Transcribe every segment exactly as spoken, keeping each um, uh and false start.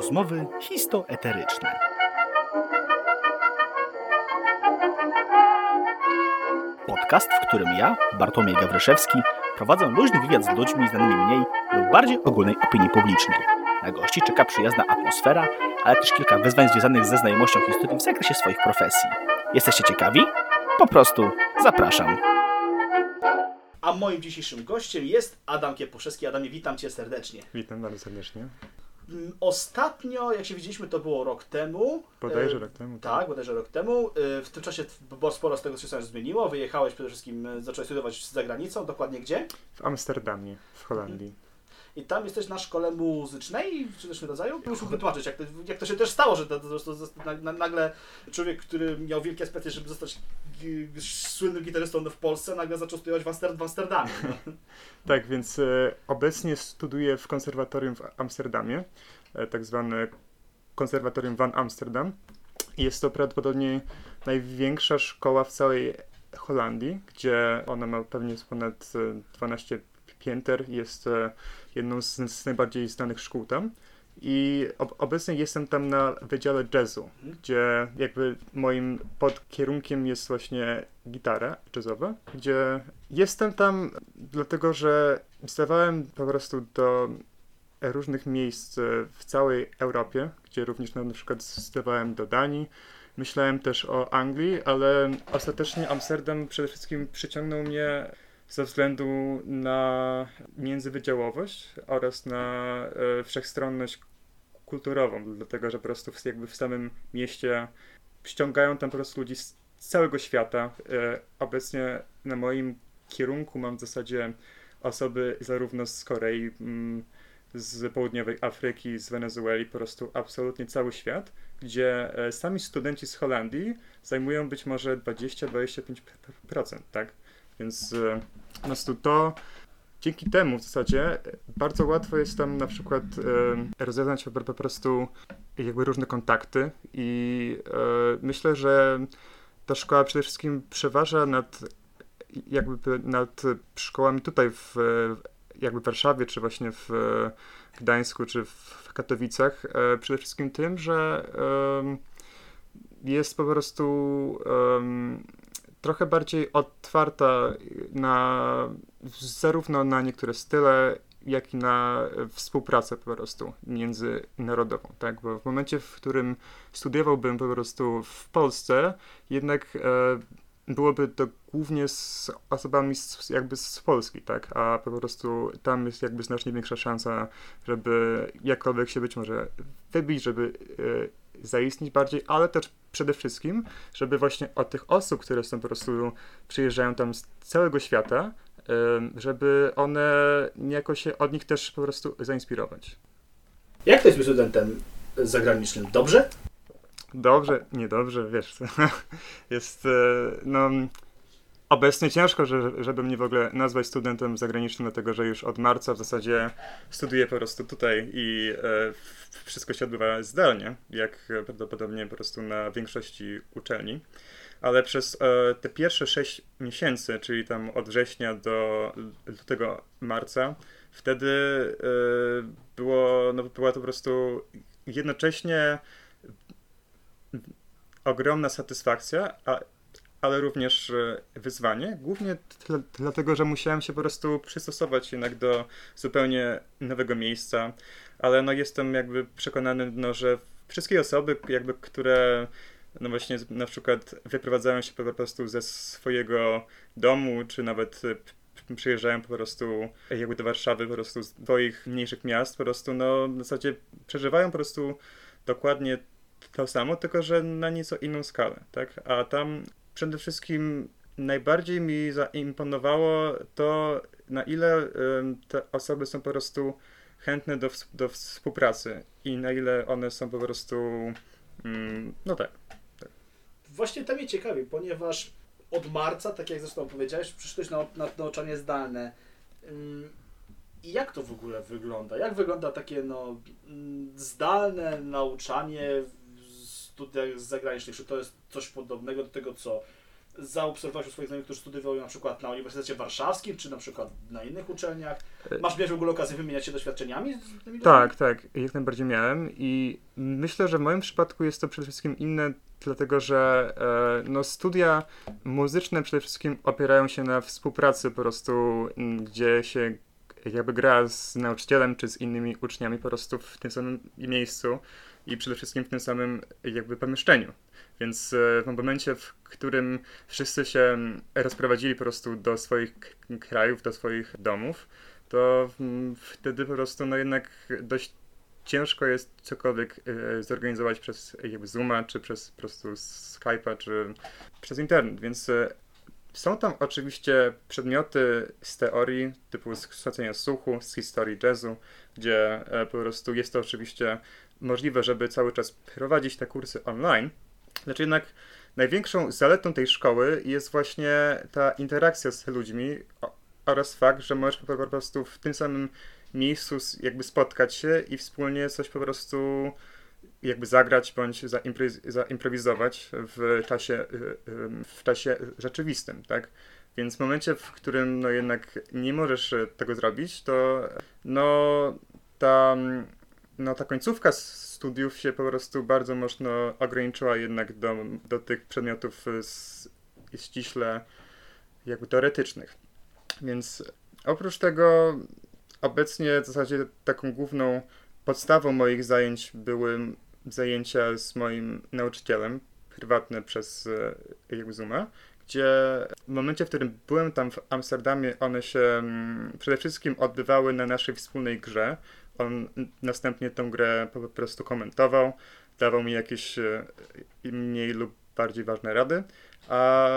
Rozmowy histoeteryczne. Podcast, w którym ja, Bartłomiej Gawryszewski, prowadzę luźny wywiad z ludźmi znanymi mniej lub bardziej ogólnej opinii publicznej. Na gości czeka przyjazna atmosfera, ale też kilka wyzwań związanych ze znajomością historii w zakresie swoich profesji. Jesteście ciekawi? Po prostu zapraszam. A moim dzisiejszym gościem jest Adam Kiepuszewski. Adamie, witam Cię serdecznie. Witam bardzo serdecznie. Ostatnio, jak się widzieliśmy, to było rok temu. Bodajże rok temu. Tak, tak bodajże rok temu. W tym czasie bo sporo z tego się sam zmieniło. Wyjechałeś przede wszystkim, zacząłeś studiować za granicą. Dokładnie gdzie? W Amsterdamie, w Holandii. I tam jesteś na szkole muzycznej, czy też rodzaju? Muszę wytłumaczyć, jak to, jak to się też stało, że to, to, to, to, na, nagle człowiek, który miał wielkie aspiracje, żeby zostać g, g, słynnym gitarystą w Polsce, nagle zaczął studiować w, Amster, w Amsterdamie. No. Tak, więc e, obecnie studiuję w konserwatorium w Amsterdamie, e, tak zwane konserwatorium van Amsterdam. Jest to prawdopodobnie największa szkoła w całej Holandii, gdzie ona ma pewnie ponad dwanaście pięter, jest e, jedną z, z najbardziej znanych szkół tam. I ob- obecnie jestem tam na Wydziale Jazzu, gdzie jakby moim podkierunkiem jest właśnie gitara jazzowa, gdzie jestem tam dlatego, że zdawałem po prostu do różnych miejsc w całej Europie, gdzie również na przykład zdawałem do Danii. Myślałem też o Anglii, ale ostatecznie Amsterdam przede wszystkim przyciągnął mnie ze względu na międzywydziałowość oraz na e, wszechstronność kulturową, dlatego że po prostu w, jakby w samym mieście ściągają tam po prostu ludzi z całego świata. E, obecnie na moim kierunku mam w zasadzie osoby zarówno z Korei, m, z południowej Afryki, z Wenezueli, po prostu absolutnie cały świat, gdzie e, sami studenci z Holandii zajmują być może dwadzieścia do dwudziestu pięciu procent, tak? Więc e, po prostu to dzięki temu w zasadzie bardzo łatwo jest tam na przykład e, rozeznać po, po prostu jakby różne kontakty i e, myślę, że ta szkoła przede wszystkim przeważa nad jakby nad szkołami tutaj w jakby w Warszawie, czy właśnie w Gdańsku, czy w Katowicach, e, przede wszystkim tym, że e, jest po prostu e, trochę bardziej otwarta na zarówno na niektóre style, jak i na współpracę po prostu międzynarodową, tak? Bo w momencie, w którym studiowałbym po prostu w Polsce, jednak e, byłoby to głównie z osobami z, jakby z Polski, tak? A po prostu tam jest jakby znacznie większa szansa, żeby jakkolwiek się być może wybić, żeby e, zaistnieć bardziej, ale też przede wszystkim, żeby właśnie od tych osób, które są po prostu przyjeżdżają tam z całego świata, e, żeby one niejako się od nich też po prostu zainspirować. Jak to jest być studentem zagranicznym? Dobrze? Dobrze, niedobrze, wiesz co, jest, no, obecnie ciężko, że, żeby mnie w ogóle nazwać studentem zagranicznym, dlatego że już od marca w zasadzie studiuję po prostu tutaj i e, wszystko się odbywa zdalnie, jak prawdopodobnie po prostu na większości uczelni, ale przez e, te pierwsze sześć miesięcy, czyli tam od września do lutego, marca, wtedy e, było, no, była to po prostu jednocześnie ogromna satysfakcja, a, ale również wyzwanie, głównie tyle, dlatego, że musiałem się po prostu przystosować jednak do zupełnie nowego miejsca, ale no jestem jakby przekonany, no, że wszystkie osoby, jakby, które no właśnie na przykład wyprowadzają się po prostu ze swojego domu, czy nawet przyjeżdżają po prostu jakby do Warszawy, po prostu z swoich mniejszych miast, po prostu no w zasadzie przeżywają po prostu dokładnie to samo, tylko że na nieco inną skalę, tak? A tam przede wszystkim najbardziej mi zaimponowało to, na ile y, te osoby są po prostu chętne do, do współpracy i na ile one są po prostu, mm, no tak, tak. Właśnie to mnie ciekawi, ponieważ od marca, tak jak zresztą powiedziałeś, przyszłeś na, na nauczanie zdalne. Ym, I jak to w ogóle wygląda? Jak wygląda takie no, zdalne nauczanie w studiach zagranicznych? Czy to jest coś podobnego do tego, co zaobserwować u swoich znajomych, którzy studiowały na przykład na Uniwersytecie Warszawskim, czy na przykład na innych uczelniach? Masz miałeś w ogóle okazję wymieniać się doświadczeniami z tymi Tak, tak, jak najbardziej miałem i myślę, że w moim przypadku jest to przede wszystkim inne, dlatego że e, no, studia muzyczne przede wszystkim opierają się na współpracy po prostu, m, gdzie się jakby gra z nauczycielem czy z innymi uczniami po prostu w tym samym miejscu i przede wszystkim w tym samym jakby pomieszczeniu. Więc w momencie, w którym wszyscy się rozprowadzili po prostu do swoich krajów, do swoich domów, to wtedy po prostu no jednak dość ciężko jest cokolwiek zorganizować przez jakby Zooma, czy przez po prostu Skype'a, czy przez internet, więc są tam oczywiście przedmioty z teorii, typu z kształcenia słuchu, z historii jazzu, gdzie po prostu jest to oczywiście możliwe, żeby cały czas prowadzić te kursy online. Lecz jednak największą zaletą tej szkoły jest właśnie ta interakcja z ludźmi oraz fakt, że możesz po prostu w tym samym miejscu jakby spotkać się i wspólnie coś po prostu jakby zagrać bądź zaimprowizować w czasie, w czasie rzeczywistym, tak? Więc w momencie, w którym no jednak nie możesz tego zrobić, to no ta, no ta końcówka studiów się po prostu bardzo mocno ograniczyła jednak do, do tych przedmiotów ściśle jakby teoretycznych. Więc oprócz tego obecnie w zasadzie taką główną podstawą moich zajęć były zajęcia z moim nauczycielem, prywatne przez jakby Zooma, gdzie w momencie, w którym byłem tam w Amsterdamie, one się przede wszystkim odbywały na naszej wspólnej grze. On następnie tę grę po prostu komentował, dawał mi jakieś mniej lub bardziej ważne rady, a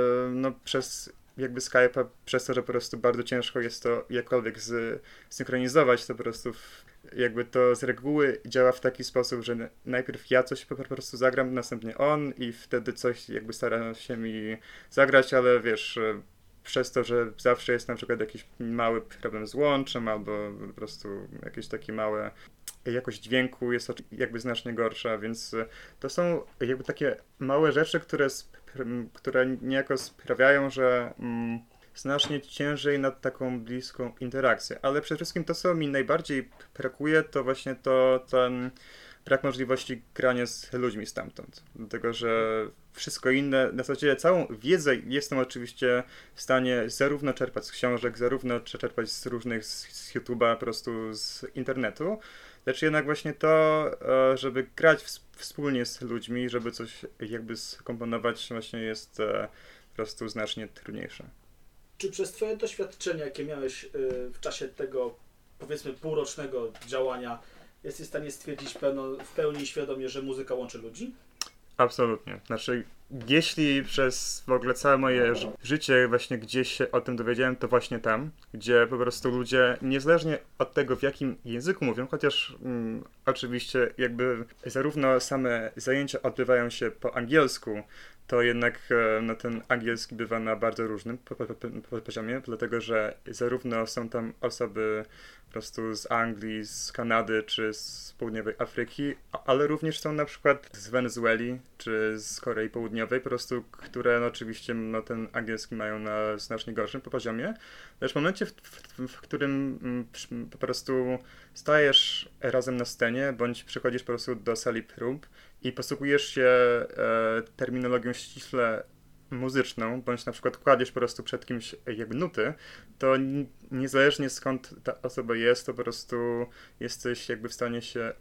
no przez jakby Skype'a, przez to, że po prostu bardzo ciężko jest to jakkolwiek zsynchronizować, to po prostu w, jakby to z reguły działa w taki sposób, że najpierw ja coś po prostu zagram, następnie on i wtedy coś jakby stara się mi zagrać, ale wiesz, przez to, że zawsze jest na przykład jakiś mały problem z łączem albo po prostu jakieś takie małe jakość dźwięku jest to jakby znacznie gorsza, więc to są jakby takie małe rzeczy, które, które niejako sprawiają, że mm, znacznie ciężej nad taką bliską interakcję. Ale przede wszystkim to, co mi najbardziej brakuje, to właśnie to ten brak możliwości grania z ludźmi stamtąd. Dlatego, że wszystko inne, na zasadzie całą wiedzę jestem oczywiście w stanie zarówno czerpać z książek, zarówno czerpać z różnych, z YouTube'a, po prostu z internetu, lecz jednak właśnie to, żeby grać wspólnie z ludźmi, żeby coś jakby skomponować, właśnie jest po prostu znacznie trudniejsze. Czy przez twoje doświadczenia, jakie miałeś w czasie tego, powiedzmy, półrocznego działania, jesteś w stanie stwierdzić pełno, w pełni świadomie, że muzyka łączy ludzi? Absolutnie. Znaczy, jeśli przez w ogóle całe moje życie właśnie gdzieś się o tym dowiedziałem, to właśnie tam, gdzie po prostu ludzie, niezależnie od tego, w jakim języku mówią, chociaż mm, oczywiście jakby zarówno same zajęcia odbywają się po angielsku, to jednak no, ten angielski bywa na bardzo różnym po, po, po, poziomie, dlatego że zarówno są tam osoby po prostu z Anglii, z Kanady czy z południowej Afryki, ale również są na przykład z Wenezueli czy z Korei Południowej, po prostu, które no, oczywiście no, ten angielski mają na znacznie gorszym po poziomie. Lecz w momencie, w, w, w którym m, po prostu stajesz razem na scenie, bądź przychodzisz po prostu do sali prób i posługujesz się e, terminologią ściśle muzyczną, bądź na przykład kładziesz po prostu przed kimś jakby nuty, to niezależnie skąd ta osoba jest, to po prostu jesteś jakby w stanie się e,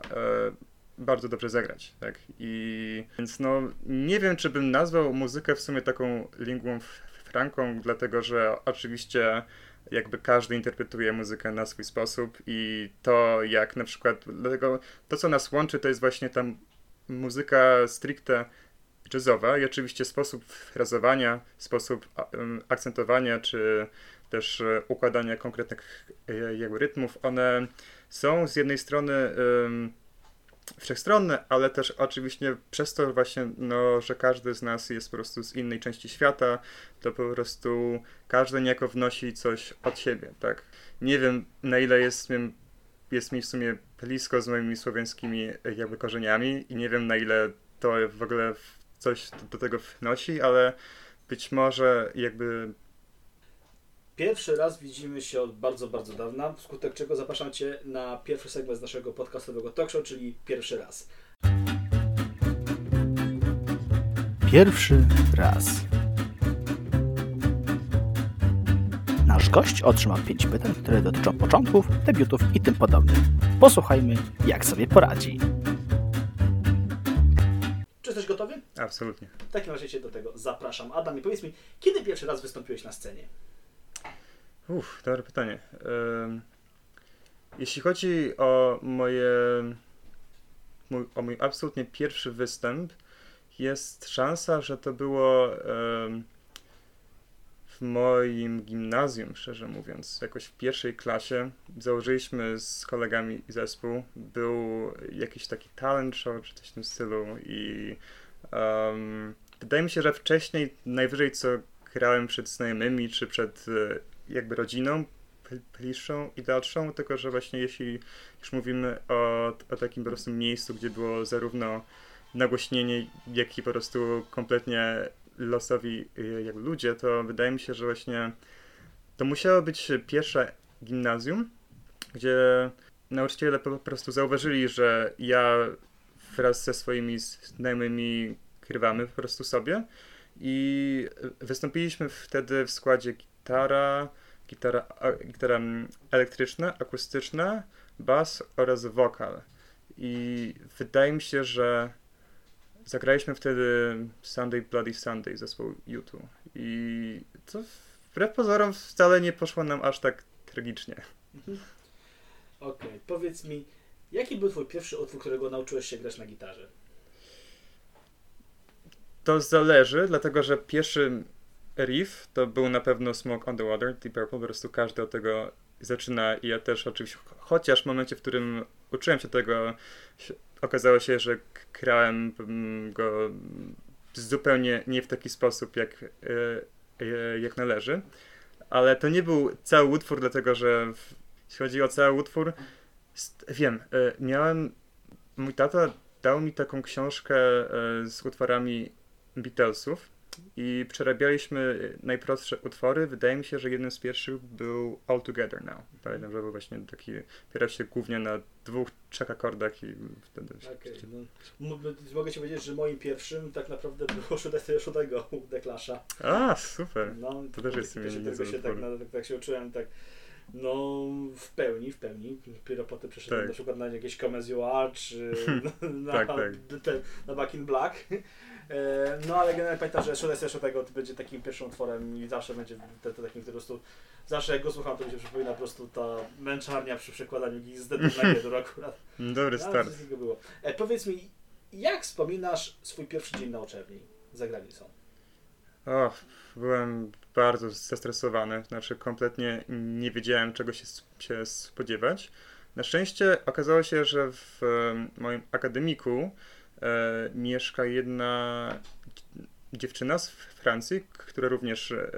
bardzo dobrze zagrać, tak? I więc no nie wiem, czy bym nazwał muzykę w sumie taką linguą franką, dlatego że oczywiście jakby każdy interpretuje muzykę na swój sposób i to jak na przykład, dlatego to co nas łączy, to jest właśnie ta muzyka stricte jazzowa i oczywiście sposób frazowania, sposób akcentowania, czy też układania konkretnych jakby rytmów, one są z jednej strony um, wszechstronne, ale też oczywiście przez to właśnie, no, że każdy z nas jest po prostu z innej części świata, to po prostu każdy niejako wnosi coś od siebie, tak? Nie wiem, na ile jest, jest mi w sumie blisko z moimi słowiańskimi jakby korzeniami i nie wiem, na ile to w ogóle coś do, do tego wnosi, ale być może jakby... Pierwszy raz widzimy się od bardzo, bardzo dawna, wskutek czego zapraszam Cię na pierwszy segment z naszego podcastowego talk show, czyli pierwszy raz. Pierwszy raz. Nasz gość otrzymał pięć pytań, które dotyczą początków, debiutów i tym podobnych. Posłuchajmy, jak sobie poradzi. Czy jesteś gotowy? Absolutnie. W takim razie Cię do tego zapraszam. Adam, i powiedz mi, kiedy pierwszy raz wystąpiłeś na scenie? Uff, dobre pytanie. Jeśli chodzi o moje, mój, o mój absolutnie pierwszy występ, jest szansa, że to było w moim gimnazjum, szczerze mówiąc. Jakoś w pierwszej klasie założyliśmy z kolegami zespół. Był jakiś taki talent show, czy coś w tym stylu i um, wydaje mi się, że wcześniej najwyżej co grałem przed znajomymi, czy przed jakby rodziną bliższą i dalszą, tylko że właśnie jeśli już mówimy o, o takim po prostu miejscu, gdzie było zarówno nagłośnienie, jak i po prostu kompletnie losowi jak ludzie, to wydaje mi się, że właśnie to musiało być pierwsze gimnazjum, gdzie nauczyciele po prostu zauważyli, że ja wraz ze swoimi znajomymi grywamy po prostu sobie i wystąpiliśmy wtedy w składzie gitara, gitara, gitara elektryczna, akustyczna, bas oraz wokal. I wydaje mi się, że zagraliśmy wtedy Sunday Bloody Sunday zespołu U dwa. I to wbrew pozorom wcale nie poszło nam aż tak tragicznie. Mhm. Okej, okay. Powiedz mi, jaki był twój pierwszy utwór, którego nauczyłeś się grać na gitarze? To zależy, dlatego że pierwszy riff to był na pewno Smoke on the Water, Deep Purple, po prostu każdy od tego zaczyna i ja też oczywiście, chociaż w momencie, w którym uczyłem się tego, okazało się, że grałem go zupełnie nie w taki sposób, jak, jak należy, ale to nie był cały utwór, dlatego że w, jeśli chodzi o cały utwór, wiem, miałem, mój tata dał mi taką książkę z utworami Beatlesów i przerabialiśmy najprostsze utwory. Wydaje mi się, że jednym z pierwszych był All Together Now. Pamiętam, że był właśnie taki, opierał się głównie na dwóch, trzech akordach i wtedy... Okay, no. Mogę ci powiedzieć, że moim pierwszym tak naprawdę było Should I Should I Go u The Clash'a. A, super. No, to też jest mi tego się tak, na, tak się uczyłem, tak no w pełni, w pełni. Dopiero potem przeszedłem tak. na przykład na jakieś Come As You Are, czy na, tak, na, tak. Ten, na Back in Black. No ale generalnie pamiętam, że Should I Say tego to będzie takim pierwszym utworem i zawsze będzie to, to takim, po prostu zawsze jak go słucham, to mi się przypomina po prostu ta męczarnia przy przekładaniu z D na G do akurat. Dobry start. No, było. E, powiedz mi, jak wspominasz swój pierwszy dzień na uczelni za granicą? O, byłem bardzo zestresowany, znaczy kompletnie nie wiedziałem, czego się, się spodziewać. Na szczęście okazało się, że w moim akademiku e, mieszka jedna dziewczyna z Francji, która również e,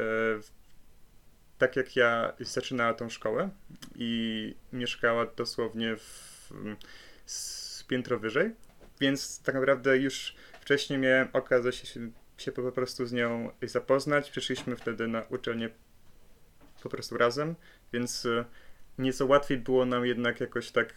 tak jak ja zaczynała tą szkołę i mieszkała dosłownie w, z piętro wyżej, więc tak naprawdę już wcześniej miałem okazję się się po prostu z nią zapoznać. Przyszliśmy wtedy na uczelnię po prostu razem, więc nieco łatwiej było nam jednak jakoś tak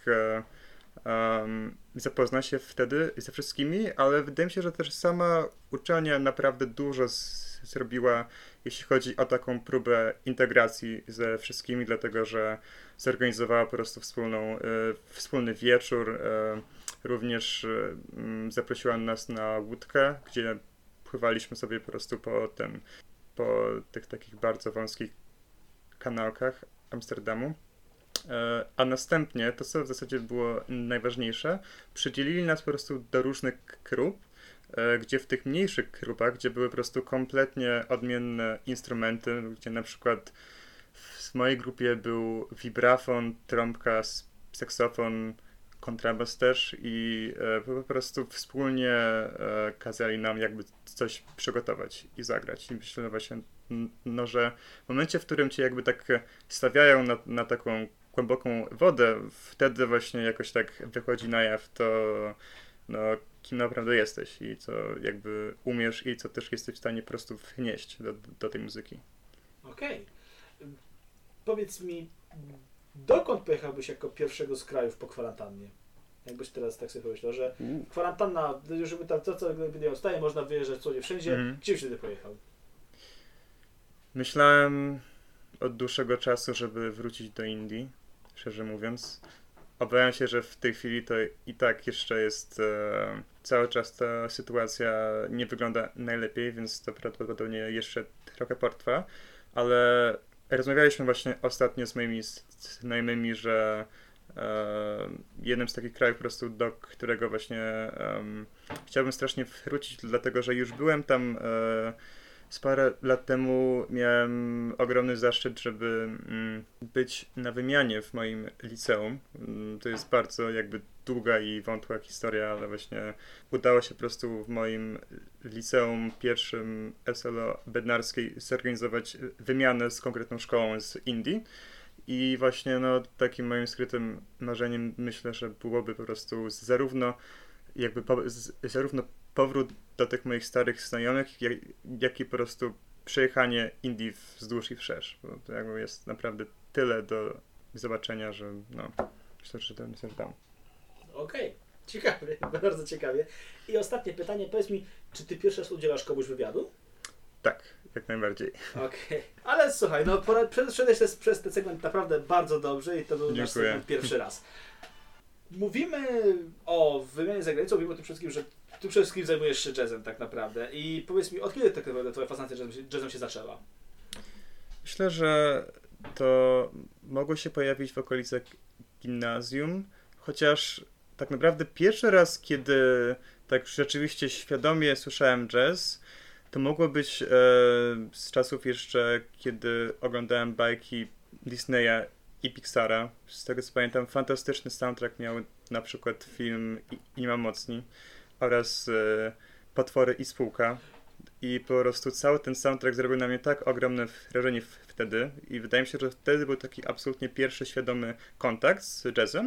um, zapoznać się wtedy ze wszystkimi, ale wydaje mi się, że też sama uczelnia naprawdę dużo z, zrobiła, jeśli chodzi o taką próbę integracji ze wszystkimi, dlatego że zorganizowała po prostu wspólną, y, wspólny wieczór. Y, również y, zaprosiła nas na łódkę, gdzie pływaliśmy sobie po prostu po tym, po tych takich bardzo wąskich kanałkach Amsterdamu. A następnie, to co w zasadzie było najważniejsze, przydzielili nas po prostu do różnych grup, gdzie w tych mniejszych grupach, gdzie były po prostu kompletnie odmienne instrumenty, gdzie na przykład w mojej grupie był vibrafon, trąbka, saksofon, kontrabas też i e, po prostu wspólnie e, kazali nam jakby coś przygotować i zagrać. I myślę właśnie, no, że w momencie, w którym cię jakby tak stawiają na, na taką głęboką wodę, wtedy właśnie jakoś tak wychodzi na jaw to, no, kim naprawdę jesteś i co jakby umiesz i co też jesteś w stanie po prostu wnieść do, do tej muzyki. Okej. Okay. Powiedz mi, dokąd pojechałbyś jako pierwszego z krajów po kwarantannie? Jakbyś teraz tak sobie pomyślał, że mm. kwarantanna, żeby tam to, co nie staje, można wyjeżdżać co nie wszędzie. Mm. Gdzie byś wtedy pojechał? Myślałem od dłuższego czasu, żeby wrócić do Indii, szczerze mówiąc. Obawiam się, że w tej chwili to i tak jeszcze jest e, cały czas ta sytuacja nie wygląda najlepiej, więc to prawdopodobnie jeszcze trochę potrwa, ale rozmawialiśmy właśnie ostatnio z moimi znajomymi, że e, jednym z takich krajów po prostu, do którego właśnie e, chciałbym strasznie wrócić, dlatego że już byłem tam e, z parę lat temu, miałem ogromny zaszczyt, żeby mm, być na wymianie w moim liceum. Mm, to jest bardzo jakby długa i wątła historia, ale właśnie udało się po prostu w moim liceum pierwszym S L O Bednarskiej zorganizować wymianę z konkretną szkołą z Indii. I właśnie no, takim moim skrytym marzeniem myślę, że byłoby po prostu zarówno jakby po, z, zarówno powrót do tych moich starych znajomych, jak, jak i po prostu przejechanie Indii wzdłuż i wszerz, bo to jakby jest naprawdę tyle do zobaczenia, że no, myślę, że to myślę, że tam. Okej, okay. Ciekawie, bardzo ciekawie. I ostatnie pytanie, powiedz mi, czy ty pierwszy raz udzielasz komuś wywiadu? Tak, jak najbardziej. Okej, okay. Ale słuchaj, no przeszedłeś przez, przez ten segment naprawdę bardzo dobrze i to był nasz segment pierwszy raz. Mówimy o wymianie za granicą, mówimy o tym wszystkim, że ty przede wszystkim zajmujesz się jazzem tak naprawdę. I powiedz mi, od kiedy tak naprawdę twoja fascynacja jazzem, jazzem się zaczęła? Myślę, że to mogło się pojawić w okolicach gimnazjum, chociaż tak naprawdę pierwszy raz, kiedy tak rzeczywiście świadomie słyszałem jazz, to mogło być e, z czasów jeszcze, kiedy oglądałem bajki Disneya i Pixara. Z tego co pamiętam, fantastyczny soundtrack miał na przykład film I, Ima Mocni oraz e, Potwory i Spółka. I po prostu cały ten soundtrack zrobił na mnie tak ogromne wrażenie wtedy i wydaje mi się, że wtedy był taki absolutnie pierwszy świadomy kontakt z jazzem.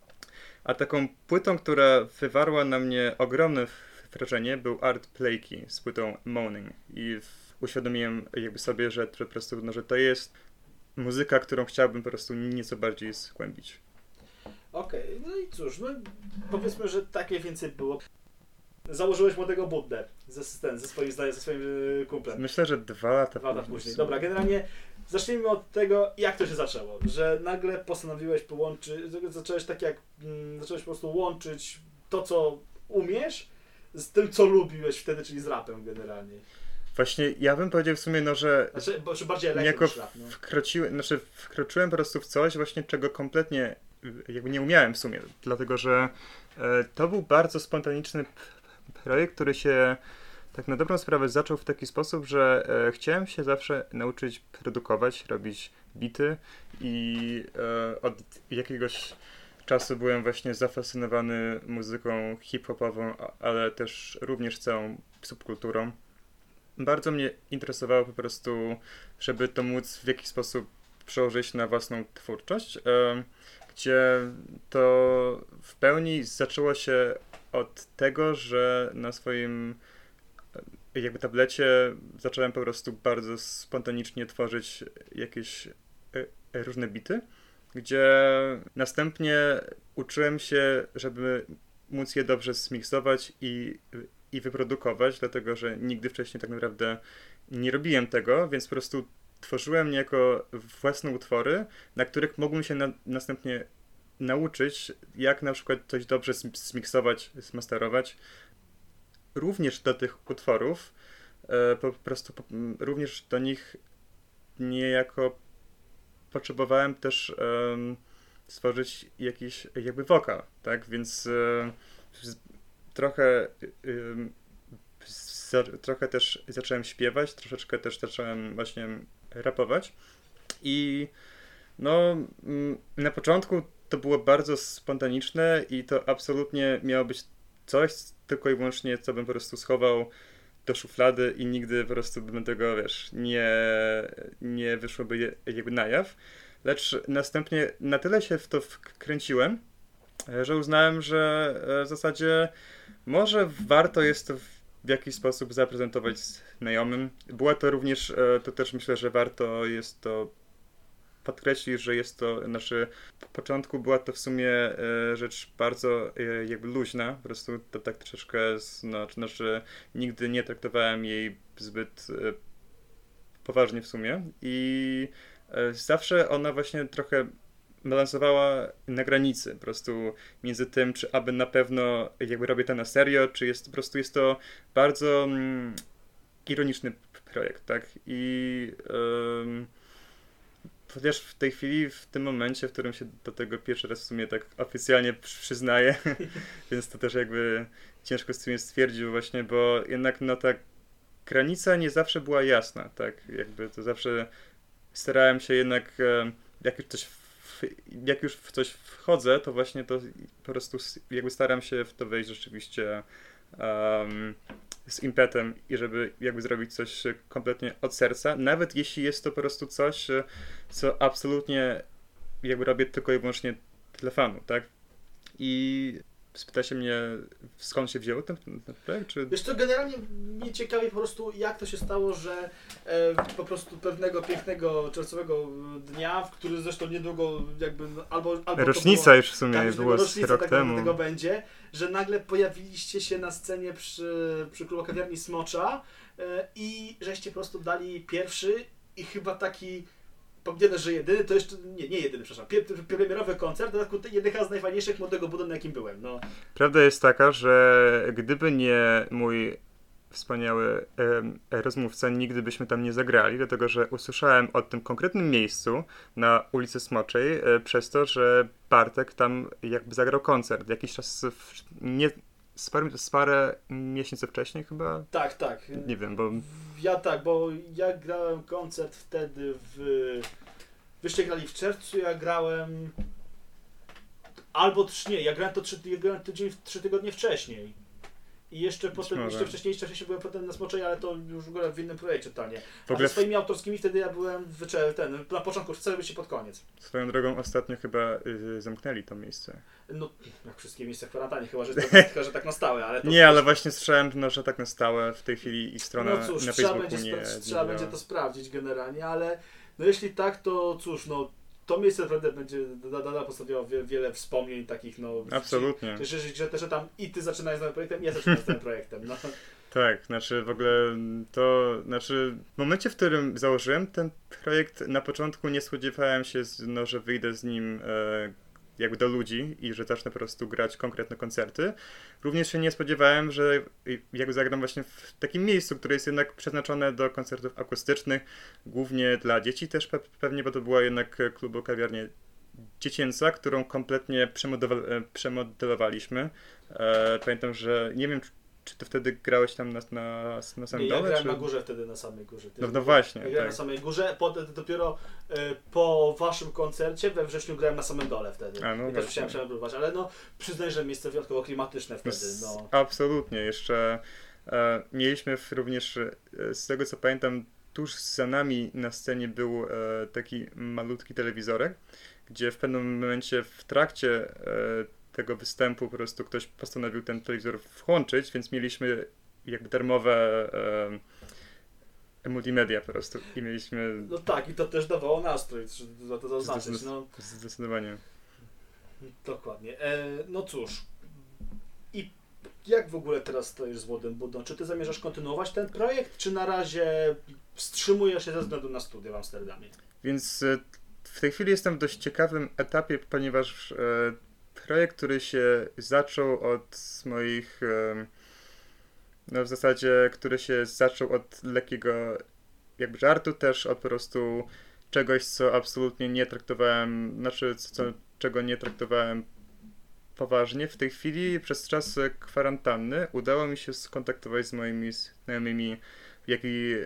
A taką płytą, która wywarła na mnie ogromne wrażenie, był Art Blakey z płytą Moaning. I uświadomiłem jakby sobie, że po prostu, no, że to jest muzyka, którą chciałbym po prostu nieco bardziej zgłębić. Okej, okay, no i cóż, no powiedzmy, że takie więcej było. Założyłeś Młodego Buddę ze, ten, ze swoim ze swoim kumplem. Myślę, że dwa lata, dwa lata później. Dobra, generalnie zacznijmy od tego, jak to się zaczęło, że nagle postanowiłeś połączyć, zacząłeś tak jak, mm, zacząłeś po prostu łączyć to, co umiesz, z tym, co lubiłeś wtedy, czyli z rapem generalnie. Właśnie ja bym powiedział w sumie, no, że znaczy, bo, że bardziej niejako no. wkroczyłem, znaczy wkroczyłem po prostu w coś właśnie, czego kompletnie jakby nie umiałem w sumie, dlatego że e, to był bardzo spontaniczny projekt, który się tak na dobrą sprawę zaczął w taki sposób, że e, chciałem się zawsze nauczyć produkować, robić bity i e, od jakiegoś czasu byłem właśnie zafascynowany muzyką hip-hopową, ale też również całą subkulturą. Bardzo mnie interesowało po prostu, żeby to móc w jakiś sposób przełożyć na własną twórczość, e, gdzie to w pełni zaczęło się od tego, że na swoim jakby tablecie zacząłem po prostu bardzo spontanicznie tworzyć jakieś różne bity, gdzie następnie uczyłem się, żeby móc je dobrze zmiksować i, i wyprodukować, dlatego że nigdy wcześniej tak naprawdę nie robiłem tego, więc po prostu tworzyłem niejako własne utwory, na których mogłem się na, następnie nauczyć, jak na przykład coś dobrze zmiksować, zmasterować. Również do tych utworów, e, po prostu po, również do nich niejako potrzebowałem też e, stworzyć jakiś jakby wokal, tak? Więc e, z, trochę e, za, trochę też zacząłem śpiewać, troszeczkę też zacząłem właśnie rapować i no na początku to było bardzo spontaniczne i to absolutnie miało być coś tylko i wyłącznie, co bym po prostu schował do szuflady i nigdy po prostu bym tego, wiesz, nie, nie wyszłoby jakby na jaw. Lecz następnie na tyle się w to wkręciłem, że uznałem, że w zasadzie może warto jest to w jakiś sposób zaprezentować znajomym. Była to również, to też myślę, że warto jest to podkreślić, że jest to, znaczy po początku była to w sumie e, rzecz bardzo e, jakby luźna, po prostu to tak troszeczkę, no, znaczy nigdy nie traktowałem jej zbyt e, poważnie w sumie i e, zawsze ona właśnie trochę balansowała na granicy, po prostu między tym, czy aby na pewno jakby robię to na serio, czy jest po prostu jest to bardzo mm, ironiczny projekt, tak? I ym, chociaż w tej chwili, w tym momencie, w którym się do tego pierwszy raz w sumie tak oficjalnie przyznaję, więc to też jakby ciężko z tym stwierdzić właśnie, bo jednak no ta granica nie zawsze była jasna, tak? Jakby to zawsze starałem się jednak, jak już coś w, jak już w coś wchodzę, to właśnie to po prostu jakby staram się w to wejść rzeczywiście um, z impetem i żeby jakby zrobić coś kompletnie od serca, nawet jeśli jest to po prostu coś, co absolutnie jakby robię tylko i wyłącznie dla fanu, tak? I spyta się mnie, skąd się wzięło ten, ten projekt, czy... Wiesz co, generalnie mnie ciekawi po prostu, jak to się stało, że e, po prostu pewnego pięknego czerwcowego dnia, w który zresztą niedługo jakby albo... albo rocznica było, już w sumie, tak, było rocznica, rok tak temu. tego będzie, że nagle pojawiliście się na scenie przy, przy klubu kawiarni Smocza e, i żeście po prostu dali pierwszy i chyba taki... Powiedziane, że jedyny, to jeszcze, nie, nie jedyny, przepraszam, premierowy koncert, w dodatku jednego z najfajniejszych młodego budu, na jakim byłem, no. Prawda jest taka, że gdyby nie mój wspaniały e, rozmówca, nigdy byśmy tam nie zagrali, dlatego że usłyszałem o tym konkretnym miejscu na ulicy Smoczej e, przez to, że Bartek tam jakby zagrał koncert jakiś czas, w, nie, z, parę, z parę miesięcy wcześniej chyba? Tak, tak. Nie wiem, bo... Ja tak, bo ja grałem koncert wtedy w... Wyście grali w czerwcu, ja grałem... Albo trz... nie, ja grałem to trzy, ja grałem tydzień, trzy tygodnie wcześniej. I jeszcze potem, jeszcze wcześniej, jeszcze wcześniej byłem potem na Smoczej, ale to już w ogóle w innym projekcie totalnie. A ze swoimi autorskimi wtedy ja byłem w, ten, na początku, wcale byście pod koniec. Swoją drogą ostatnio chyba y, zamknęli to miejsce. No, jak wszystkie miejsca w kwarantannie, chyba, że, to, chyba, że tak na stałe, ale to... Nie, ale właśnie słyszałem, no, że tak na stałe w tej chwili i strona no cóż, na trzeba Facebooku będzie, nie... spra- nie trzeba działa. będzie to sprawdzić generalnie, ale no jeśli tak, to cóż, no to miejsce naprawdę będzie nadal postawiło wie, wiele wspomnień takich, no... Absolutnie. Że, że, że, że tam i ty zaczynałeś z nowym projektem, i ja zaczynałem z nowym projektem, no. Tak, znaczy w ogóle to, znaczy w momencie, w którym założyłem ten projekt, na początku nie spodziewałem się, no, że wyjdę z nim e, jakby do ludzi i że zacznę po prostu grać konkretne koncerty. Również się nie spodziewałem, że jakby zagram właśnie w takim miejscu, które jest jednak przeznaczone do koncertów akustycznych, głównie dla dzieci też pe- pewnie, bo to była jednak klubu kawiarnia dziecięca, którą kompletnie przemodelowa- przemodelowaliśmy. E, pamiętam, że nie wiem, czy ty wtedy grałeś tam na, na, na samym nie, dole? Ja grałem czy... na górze wtedy, na samej górze. No, no właśnie. Ja grałem tak. na samej górze, potem dopiero y, po waszym koncercie we wrześniu grałem na samym dole wtedy. A, no I też musiałem przemeblować, ale no przyznaj, że miejsce wyjątkowo klimatyczne wtedy. No, no. Absolutnie. Jeszcze e, mieliśmy w, również, e, z tego co pamiętam, tuż za nami na scenie był e, taki malutki telewizorek, gdzie w pewnym momencie w trakcie e, tego występu po prostu ktoś postanowił ten telewizor włączyć, więc mieliśmy jakby darmowe e, multimedia po prostu i mieliśmy... no tak, i to też dawało nastrój, trzeba to zaznaczyć. No. Zdecydowanie. Dokładnie. E, no cóż, i jak w ogóle teraz stoisz z Młodym Buddą? Czy ty zamierzasz kontynuować ten projekt, czy na razie wstrzymujesz się ze względu na studia w Amsterdamie? Więc e, w tej chwili jestem w dość ciekawym etapie, ponieważ e, projekt, który się zaczął od moich, e, no w zasadzie, który się zaczął od lekkiego jakby żartu, też od po prostu czegoś, co absolutnie nie traktowałem, znaczy co, czego nie traktowałem poważnie. W tej chwili przez czas kwarantanny udało mi się skontaktować z moimi znajomymi, jak i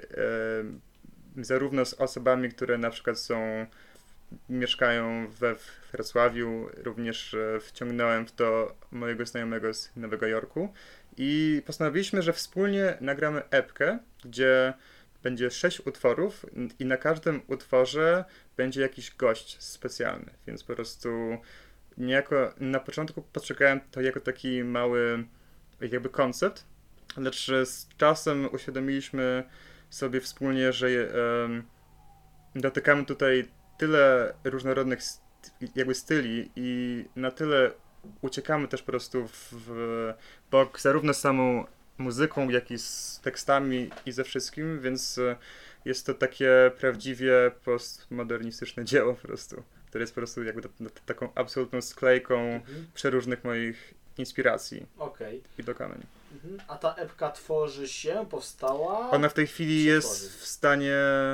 e, zarówno z osobami, które na przykład są mieszkają we Wrocławiu, również wciągnąłem w to mojego znajomego z Nowego Jorku i postanowiliśmy, że wspólnie nagramy epkę, gdzie będzie sześć utworów i na każdym utworze będzie jakiś gość specjalny, więc po prostu niejako na początku postrzegałem to jako taki mały jakby koncept, lecz z czasem uświadomiliśmy sobie wspólnie, że um, dotykamy tutaj tyle różnorodnych st- jakby styli i na tyle uciekamy też po prostu w, w bok zarówno z samą muzyką, jak i z tekstami i ze wszystkim, więc jest to takie prawdziwie postmodernistyczne dzieło po prostu, które jest po prostu jakby to, to, taką absolutną sklejką mhm. przeróżnych moich inspiracji okay. i dokonań. Mhm. A ta epka tworzy się, powstała? Ona w tej chwili jest tworzy? w stanie,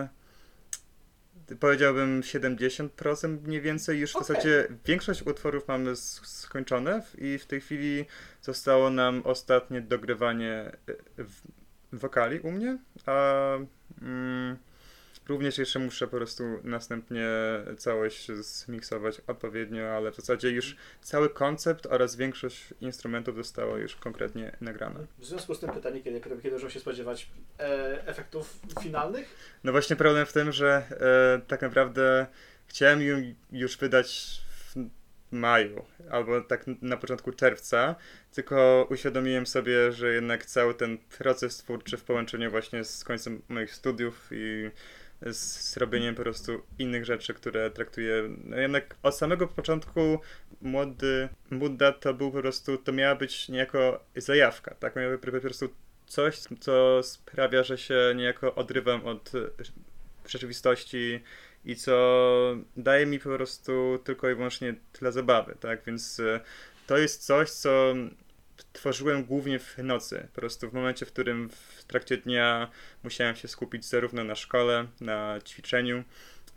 powiedziałbym, siedemdziesiąt procent mniej więcej. Już w okay. zasadzie większość utworów mamy skończone i w tej chwili zostało nam ostatnie dogrywanie wokali u mnie, a mm, również jeszcze muszę po prostu następnie całość zmiksować odpowiednio, ale w zasadzie już cały koncept oraz większość instrumentów zostało już konkretnie nagrane. W związku z tym pytanie, kiedy, kiedy możemy się spodziewać e, efektów finalnych? No właśnie problem w tym, że e, tak naprawdę chciałem ją już wydać w maju, albo tak na początku czerwca, tylko uświadomiłem sobie, że jednak cały ten proces twórczy w połączeniu właśnie z końcem moich studiów i z robieniem po prostu innych rzeczy, które traktuję. No jednak od samego początku młody Buddha to był po prostu, to miała być niejako zajawka, tak? Miała być po prostu coś, co sprawia, że się niejako odrywam od rzeczywistości i co daje mi po prostu tylko i wyłącznie tyle zabawy, tak? Więc to jest coś, co tworzyłem głównie w nocy. Po prostu w momencie, w którym w trakcie dnia musiałem się skupić zarówno na szkole, na ćwiczeniu,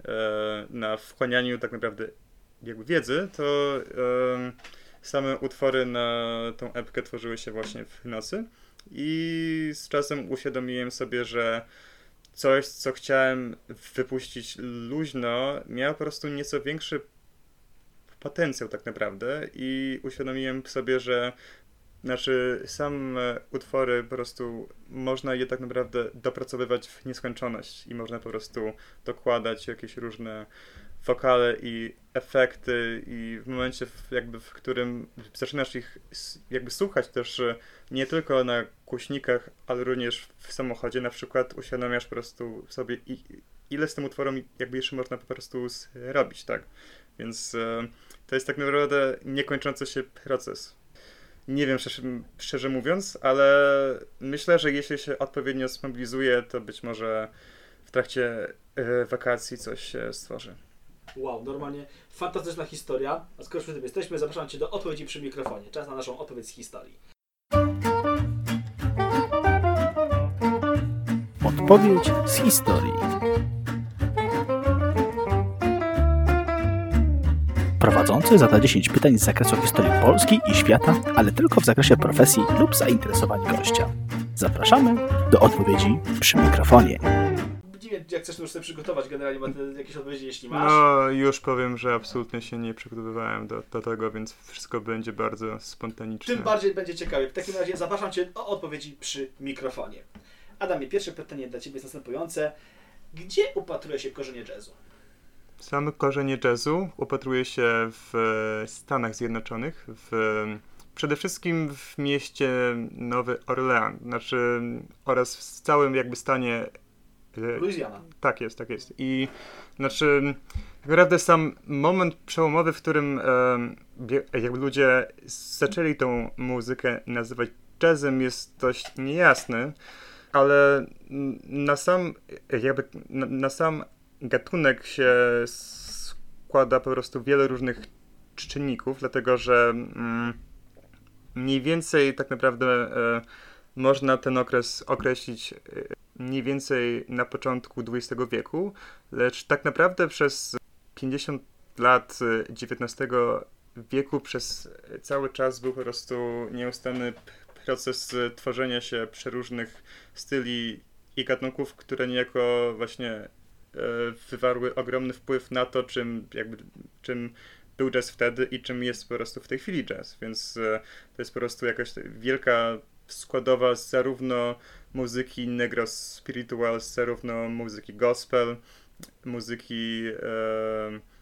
na wchłanianiu tak naprawdę jakby wiedzy, to same utwory na tą epkę tworzyły się właśnie w nocy i z czasem uświadomiłem sobie, że coś, co chciałem wypuścić luźno, miało po prostu nieco większy potencjał tak naprawdę i uświadomiłem sobie, że znaczy same utwory po prostu można je tak naprawdę dopracowywać w nieskończoność i można po prostu dokładać jakieś różne wokale i efekty i w momencie w, jakby w którym zaczynasz ich jakby słuchać też nie tylko na głośnikach, ale również w samochodzie na przykład uświadamiasz po prostu sobie i, ile z tym utworem jakby jeszcze można po prostu zrobić, tak? Więc e, to jest tak naprawdę niekończący się proces. Nie wiem, szczerze, szczerze mówiąc, ale myślę, że jeśli się odpowiednio zmobilizuje, to być może w trakcie y, wakacji coś się stworzy. Wow, normalnie fantastyczna historia. A skoro już w tym jesteśmy, zapraszam Cię do odpowiedzi przy mikrofonie. Czas na naszą odpowiedź z historii. Odpowiedź z historii. Prowadzący zada dziesięć pytań z zakresu historii Polski i świata, ale tylko w zakresie profesji lub zainteresowań gościa. Zapraszamy do odpowiedzi przy mikrofonie. Nie wiem, jak chcesz już sobie przygotować generalnie jakieś odpowiedzi, jeśli masz. No, już powiem, że absolutnie się nie przygotowywałem do, do tego, więc wszystko będzie bardzo spontaniczne. Tym bardziej będzie ciekawie. W takim razie zapraszam Cię do odpowiedzi przy mikrofonie. Adamie, pierwsze pytanie dla Ciebie jest następujące. Gdzie upatruje się korzenie jazzu? Same korzenie jazzu upatruje się w Stanach Zjednoczonych, w, przede wszystkim w mieście Nowy Orlean, znaczy oraz w całym jakby stanie Louisiana. Tak jest, tak jest. I znaczy tak naprawdę sam moment przełomowy, w którym e, jakby ludzie zaczęli tą muzykę nazywać jazzem, jest dość niejasny, ale na sam jakby na, na sam gatunek się składa po prostu wiele różnych czynników, dlatego że mm, mniej więcej tak naprawdę e, można ten okres określić e, mniej więcej na początku dwudziestego wieku, lecz tak naprawdę przez pięćdziesiąt lat dziewiętnastego wieku przez cały czas był po prostu nieustanny proces tworzenia się przeróżnych styli i gatunków, które niejako właśnie wywarły ogromny wpływ na to, czym, jakby, czym był jazz wtedy i czym jest po prostu w tej chwili jazz. Więc to jest po prostu jakaś wielka składowa zarówno muzyki negro spiritual, zarówno muzyki gospel, muzyki e,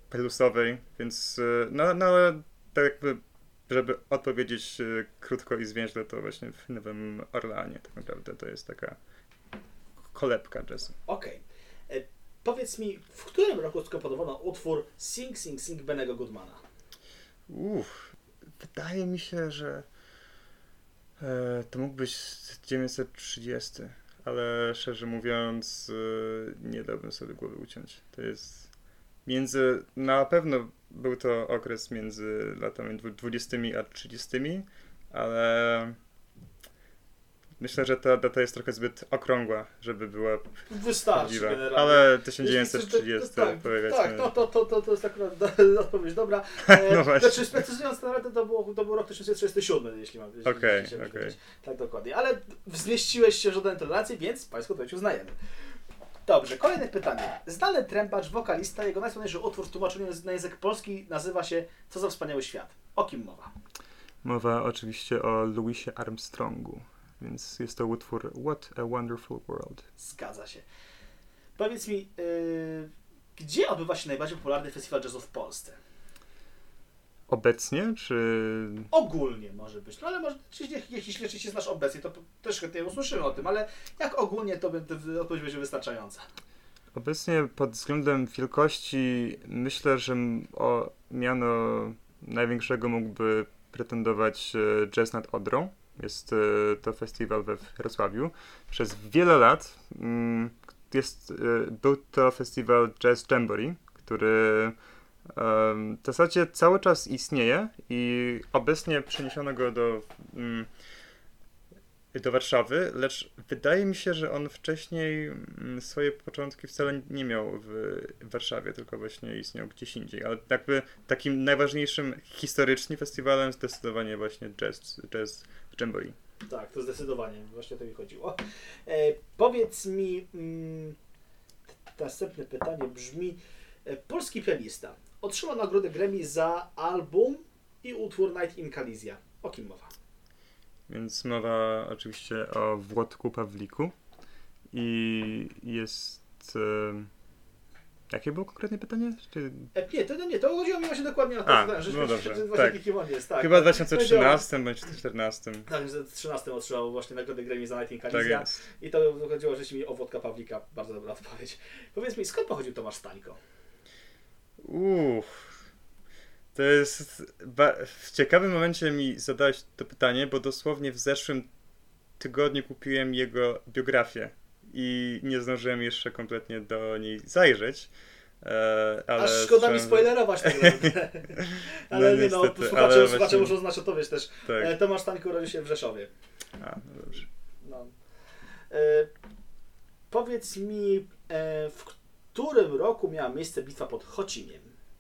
bluesowej, więc no, no ale tak jakby, żeby odpowiedzieć krótko i zwięźle, to właśnie w Nowym Orleanie tak naprawdę to jest taka kolebka jazzu. Okej. Okay. Powiedz mi, w którym roku skomponowano utwór Sing Sing Sing Bennego Goodmana? Uff, wydaje mi się, że e, to mógł być dziewięćset trzydziesty, ale szczerze mówiąc e, nie dałbym sobie głowy uciąć. To jest między, na pewno był to okres między latami dwudziestymi a trzydziestymi, ale myślę, że ta data jest trochę zbyt okrągła, żeby była Wystarczy prawdziwa. generalnie. Ale tysiąc dziewięćset trzydziesty, tak, powiedzmy. Tak, to, to, to, to, to jest akurat do, odpowiedź dobra. E, no właśnie. Znaczy, sprecyzując to nawet, to, było, to był rok tysiąc dziewięćset trzydziesty siódmy, jeśli mam jeśli Okej, jeśli okej. okay. Tak, dokładnie. Ale zmieściłeś się w żadnej tolerancji, więc Państwo to już uznajemy. Dobrze, kolejne pytanie. Znany trębacz, wokalista, jego najsłynniejszy utwór w tłumaczeniu na język polski nazywa się Co za wspaniały świat. O kim mowa? Mowa oczywiście o Louisie Armstrongu, więc jest to utwór What a Wonderful World. Zgadza się. Powiedz mi, yy, gdzie odbywa się najbardziej popularny festiwal jazzu w Polsce? Obecnie, czy... Ogólnie może być, no ale może, jeśli rzeczywiście znasz obecnie, to też chętnie usłyszymy o tym, ale jak ogólnie, to odpowiedź będzie wystarczająca. Obecnie pod względem wielkości myślę, że o miano największego mógłby pretendować Jazz nad Odrą. Jest to festiwal we Wrocławiu. Przez wiele lat jest, był to festiwal Jazz Jamboree, który w zasadzie cały czas istnieje i obecnie przeniesiono go do, do Warszawy, lecz wydaje mi się, że on wcześniej swoje początki wcale nie miał w Warszawie, tylko właśnie istniał gdzieś indziej. Ale jakby takim najważniejszym historycznie festiwalem zdecydowanie właśnie Jazz, jazz Jamboree. Tak, to zdecydowanie, właśnie o to mi chodziło. E, powiedz mi, mm, następne pytanie brzmi, e, polski pianista otrzymał nagrodę Grammy za album i utwór Night in Kalizja. O kim mowa? Więc mowa oczywiście o Włodku Pawliku i jest... E, jakie było konkretnie pytanie? Czy... E, nie, to nie, to chodziło mi właśnie dokładnie o to, A, że, no dobrze, że, że tak. kim on jest. Tak, Chyba w tak. dwa tysiące trzynastym bądź dwa tysiące czternastym. Tak, w dwa tysiące trzynastym otrzymał właśnie nagrodę Grammy za Night in Tak Kalizja. jest. I to chodziło rzeczywiście mi o Włodka Pawlika. Bardzo dobra odpowiedź. Powiedz mi, skąd pochodził Tomasz Stańko? Uff. To jest... Ba- w ciekawym momencie mi zadałeś to pytanie, bo dosłownie w zeszłym tygodniu kupiłem jego biografię i nie zdążyłem jeszcze kompletnie do niej zajrzeć. E, ale Aż szkoda mi spoilerować tak naprawdę. Ale no, nie no, niestety, słuchacze, ale słuchacze właśnie... muszą znać odpowiedź też. Tak. E, Tomasz Stańko urodził się w Rzeszowie. A, no dobrze. No. E, powiedz mi, e, w którym roku miała miejsce bitwa pod Chocimiem?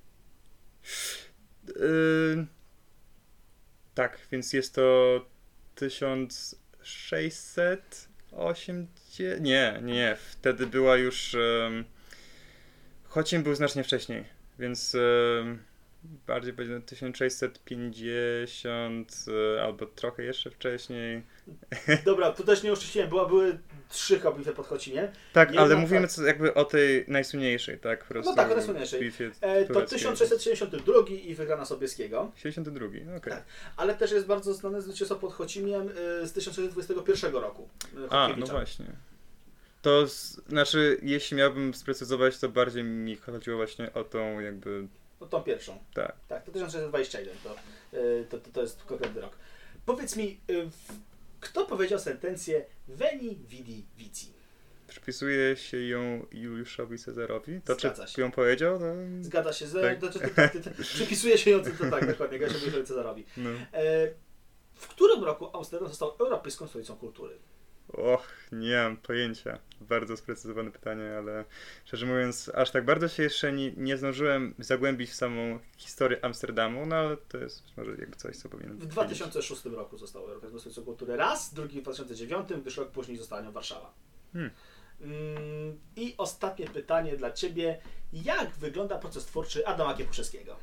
Yy, tak, więc jest to tysiąc sześćset osiemdziesiąt... Nie, nie, wtedy była już... Um, Chocim był znacznie wcześniej, więc um, bardziej powiedziałem tysiąc sześćset pięćdziesiąt uh, albo trochę jeszcze wcześniej. Dobra, tu też nie oszczędziłem, była, były trzy bitwy pod Chocimiem. Tak, Jedna, ale mówimy tak. co, jakby o tej najsłynniejszej, tak? Po prostu No tak, o najsłynniejszej. bitwie E, to tureckiej. tysiąc sześćset siedemdziesiąty drugi i wygrana Sobieskiego. siedemdziesiąty drugi, no okej. Okay. Tak. Ale też jest bardzo znane zwycięstwo pod Chocimiem y, z tysiąc sześćset dwudziestego pierwszego roku. Y, A, no właśnie. To z, znaczy, jeśli miałbym sprecyzować, to bardziej mi chodziło właśnie o tą jakby... No tą pierwszą. Tak. Tak, to tysiąc sześćset dwadzieścia jeden, to, y, to, to, to jest konkretny rok. Powiedz mi, y, kto powiedział sentencję Veni, Vidi, Vici? Przypisuje się ją Juliuszowi Cezarowi. To Zgadza czy się. ją powiedział? To... Zgadza się, z, Tak. to, to, to, to, to, przypisuje się ją, to, to tak, dokładnie, Juliuszowi Cezarowi. No. E, w którym roku Amsterdam został Europejską Stolicą Kultury? Och, nie mam pojęcia. Bardzo sprecyzowane pytanie, ale szczerze mówiąc, aż tak bardzo się jeszcze nie, nie zdążyłem zagłębić w samą historię Amsterdamu, no ale to jest może jakby coś, co powinienem W dwa tysiące szóstym roku został Europejską Stolicą Kultury raz, drugi w dwa tysiące dziewiątym, gdyż rok później została nią Warszawa. Hmm. Mm, I ostatnie pytanie dla Ciebie. Jak wygląda proces twórczy Adama Kiepuszewskiego?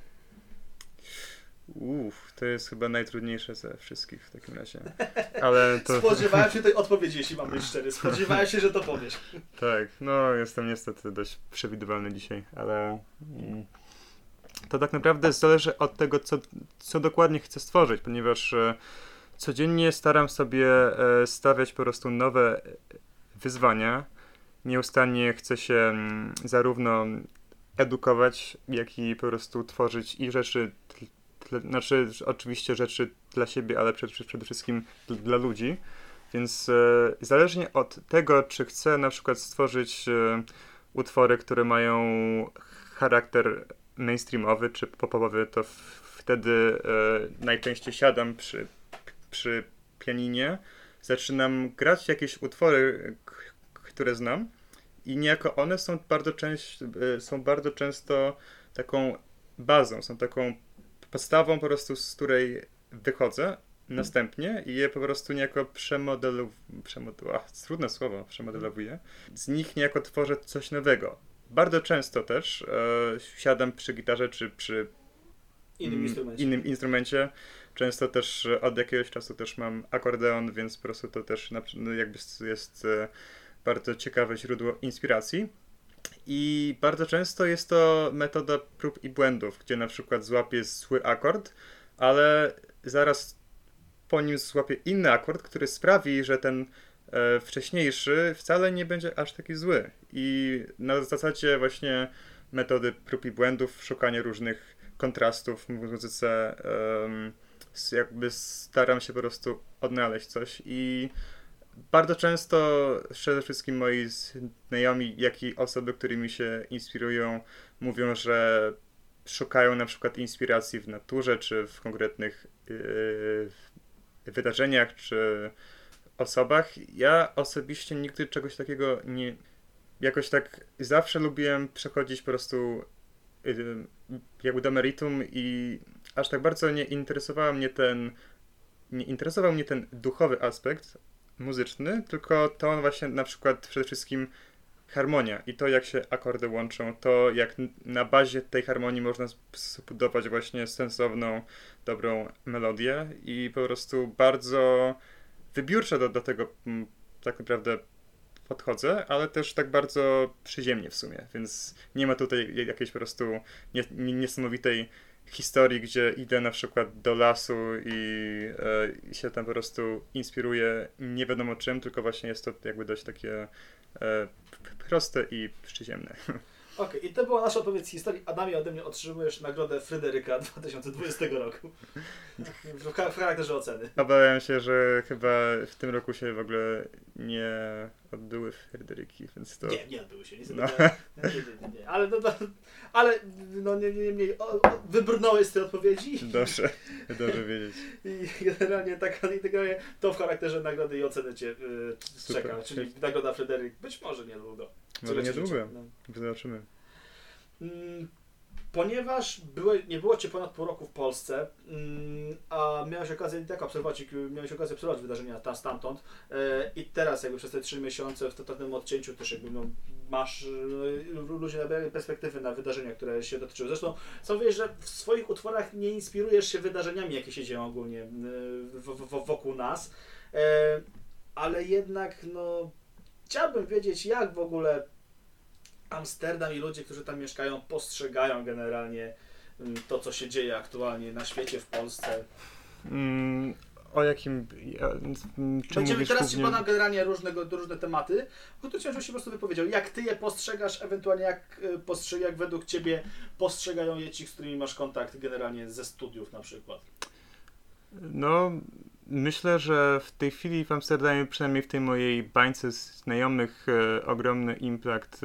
Uff, to jest chyba najtrudniejsze ze wszystkich w takim razie. Ale to... Spodziewałem się tej odpowiedzi, jeśli mam być szczery. Spodziewałem się, że to powiesz. Tak, no jestem niestety dość przewidywalny dzisiaj, ale... Mm. to tak naprawdę zależy od tego, co, co dokładnie chcę stworzyć, ponieważ e, codziennie staram sobie e, stawiać po prostu nowe wyzwania. Nieustannie chcę się m, zarówno edukować, jak i po prostu tworzyć i rzeczy, tle, znaczy oczywiście rzeczy dla siebie, ale przed, przede wszystkim dla ludzi. Więc e, zależnie od tego, czy chcę na przykład stworzyć e, utwory, które mają charakter mainstreamowy czy popowy, to w, wtedy e, najczęściej siadam przy, przy pianinie, zaczynam grać jakieś utwory, k- które znam i niejako one są bardzo, część, e, są bardzo często taką bazą, są taką podstawą po prostu, z której wychodzę następnie i je po prostu niejako przemodelu... przemodelu... Ach, trudne słowo, przemodelowuję. Z nich niejako tworzę coś nowego. Bardzo często też e, siadam przy gitarze czy przy innym mm, instrumencie. innym instrumencie. Często też e, od jakiegoś czasu też mam akordeon, więc po prostu to też na, no jakby jest e, bardzo ciekawe źródło inspiracji. I bardzo często jest to metoda prób i błędów, gdzie na przykład złapię zły akord, ale zaraz po nim złapię inny akord, który sprawi, że ten e, wcześniejszy wcale nie będzie aż taki zły. I na zasadzie właśnie metody prób i błędów, szukanie różnych kontrastów w muzyce, um, jakby staram się po prostu odnaleźć coś i bardzo często przede wszystkim moi znajomi, jak i osoby, którymi się inspirują, mówią, że szukają na przykład inspiracji w naturze, czy w konkretnych yy, wydarzeniach, czy osobach. Ja osobiście nigdy czegoś takiego nie... Jakoś tak zawsze lubiłem przechodzić po prostu yy, jakby do meritum i aż tak bardzo nie interesował mnie ten nie interesował mnie ten duchowy aspekt muzyczny, tylko to właśnie na przykład przede wszystkim harmonia i to, jak się akordy łączą, to jak na bazie tej harmonii można zbudować właśnie sensowną, dobrą melodię i po prostu bardzo wybiórczo do, do tego m, tak naprawdę podchodzę, ale też tak bardzo przyziemnie w sumie, więc nie ma tutaj jakiejś po prostu nie, nie, niesamowitej historii, gdzie idę na przykład do lasu i, e, i się tam po prostu inspiruję nie wiadomo czym, tylko właśnie jest to jakby dość takie e, proste i przyziemne. Okej, okay, i to była nasza odpowiedź z historii. Adamie, ode mnie otrzymujesz nagrodę Fryderyka dwa tysiące dwudziestego roku. W, w charakterze oceny. Obawiam się, że chyba w tym roku się w ogóle nie odbyły Fryderyki, więc to... Nie, nie odbyły się, niestety. No. Nie, nie, nie, nie. Ale, no, no, ale no nie, nie, nie, o, o, wybrnąłeś z tej odpowiedzi. Dobrze, dobrze wiedzieć. I generalnie, tak, generalnie to w charakterze nagrody i oceny cię yy, czeka, czyli nagroda Fryderyk, być może niedługo. Może niedługo, no. Zobaczymy. Mm, ponieważ były, nie było cię ponad pół roku w Polsce, mm, a miałeś okazję tak obserwować, miałeś okazję obserwować wydarzenia tam stamtąd yy, i teraz jakby przez te trzy miesiące w totalnym odcięciu też jakby no, masz, yy, ludzie nabierają perspektywy na wydarzenia, które się dotyczyły. Zresztą co wiesz, że w swoich utworach nie inspirujesz się wydarzeniami, jakie się dzieją ogólnie yy, w, w, wokół nas, yy, ale jednak no chciałbym wiedzieć, jak w ogóle Amsterdam i ludzie, którzy tam mieszkają, postrzegają generalnie to, co się dzieje aktualnie na świecie, w Polsce. Mm, o jakim... Ja, Będziemy teraz się badać generalnie różnego, różne tematy, o których chciałem, żebyś się po prostu wypowiedział. Jak ty je postrzegasz, ewentualnie jak, postrzeg, jak według ciebie postrzegają je ci, z którymi masz kontakt generalnie ze studiów na przykład? No... Myślę, że w tej chwili w Amsterdamie, przynajmniej w tej mojej bańce znajomych, e, ogromny impact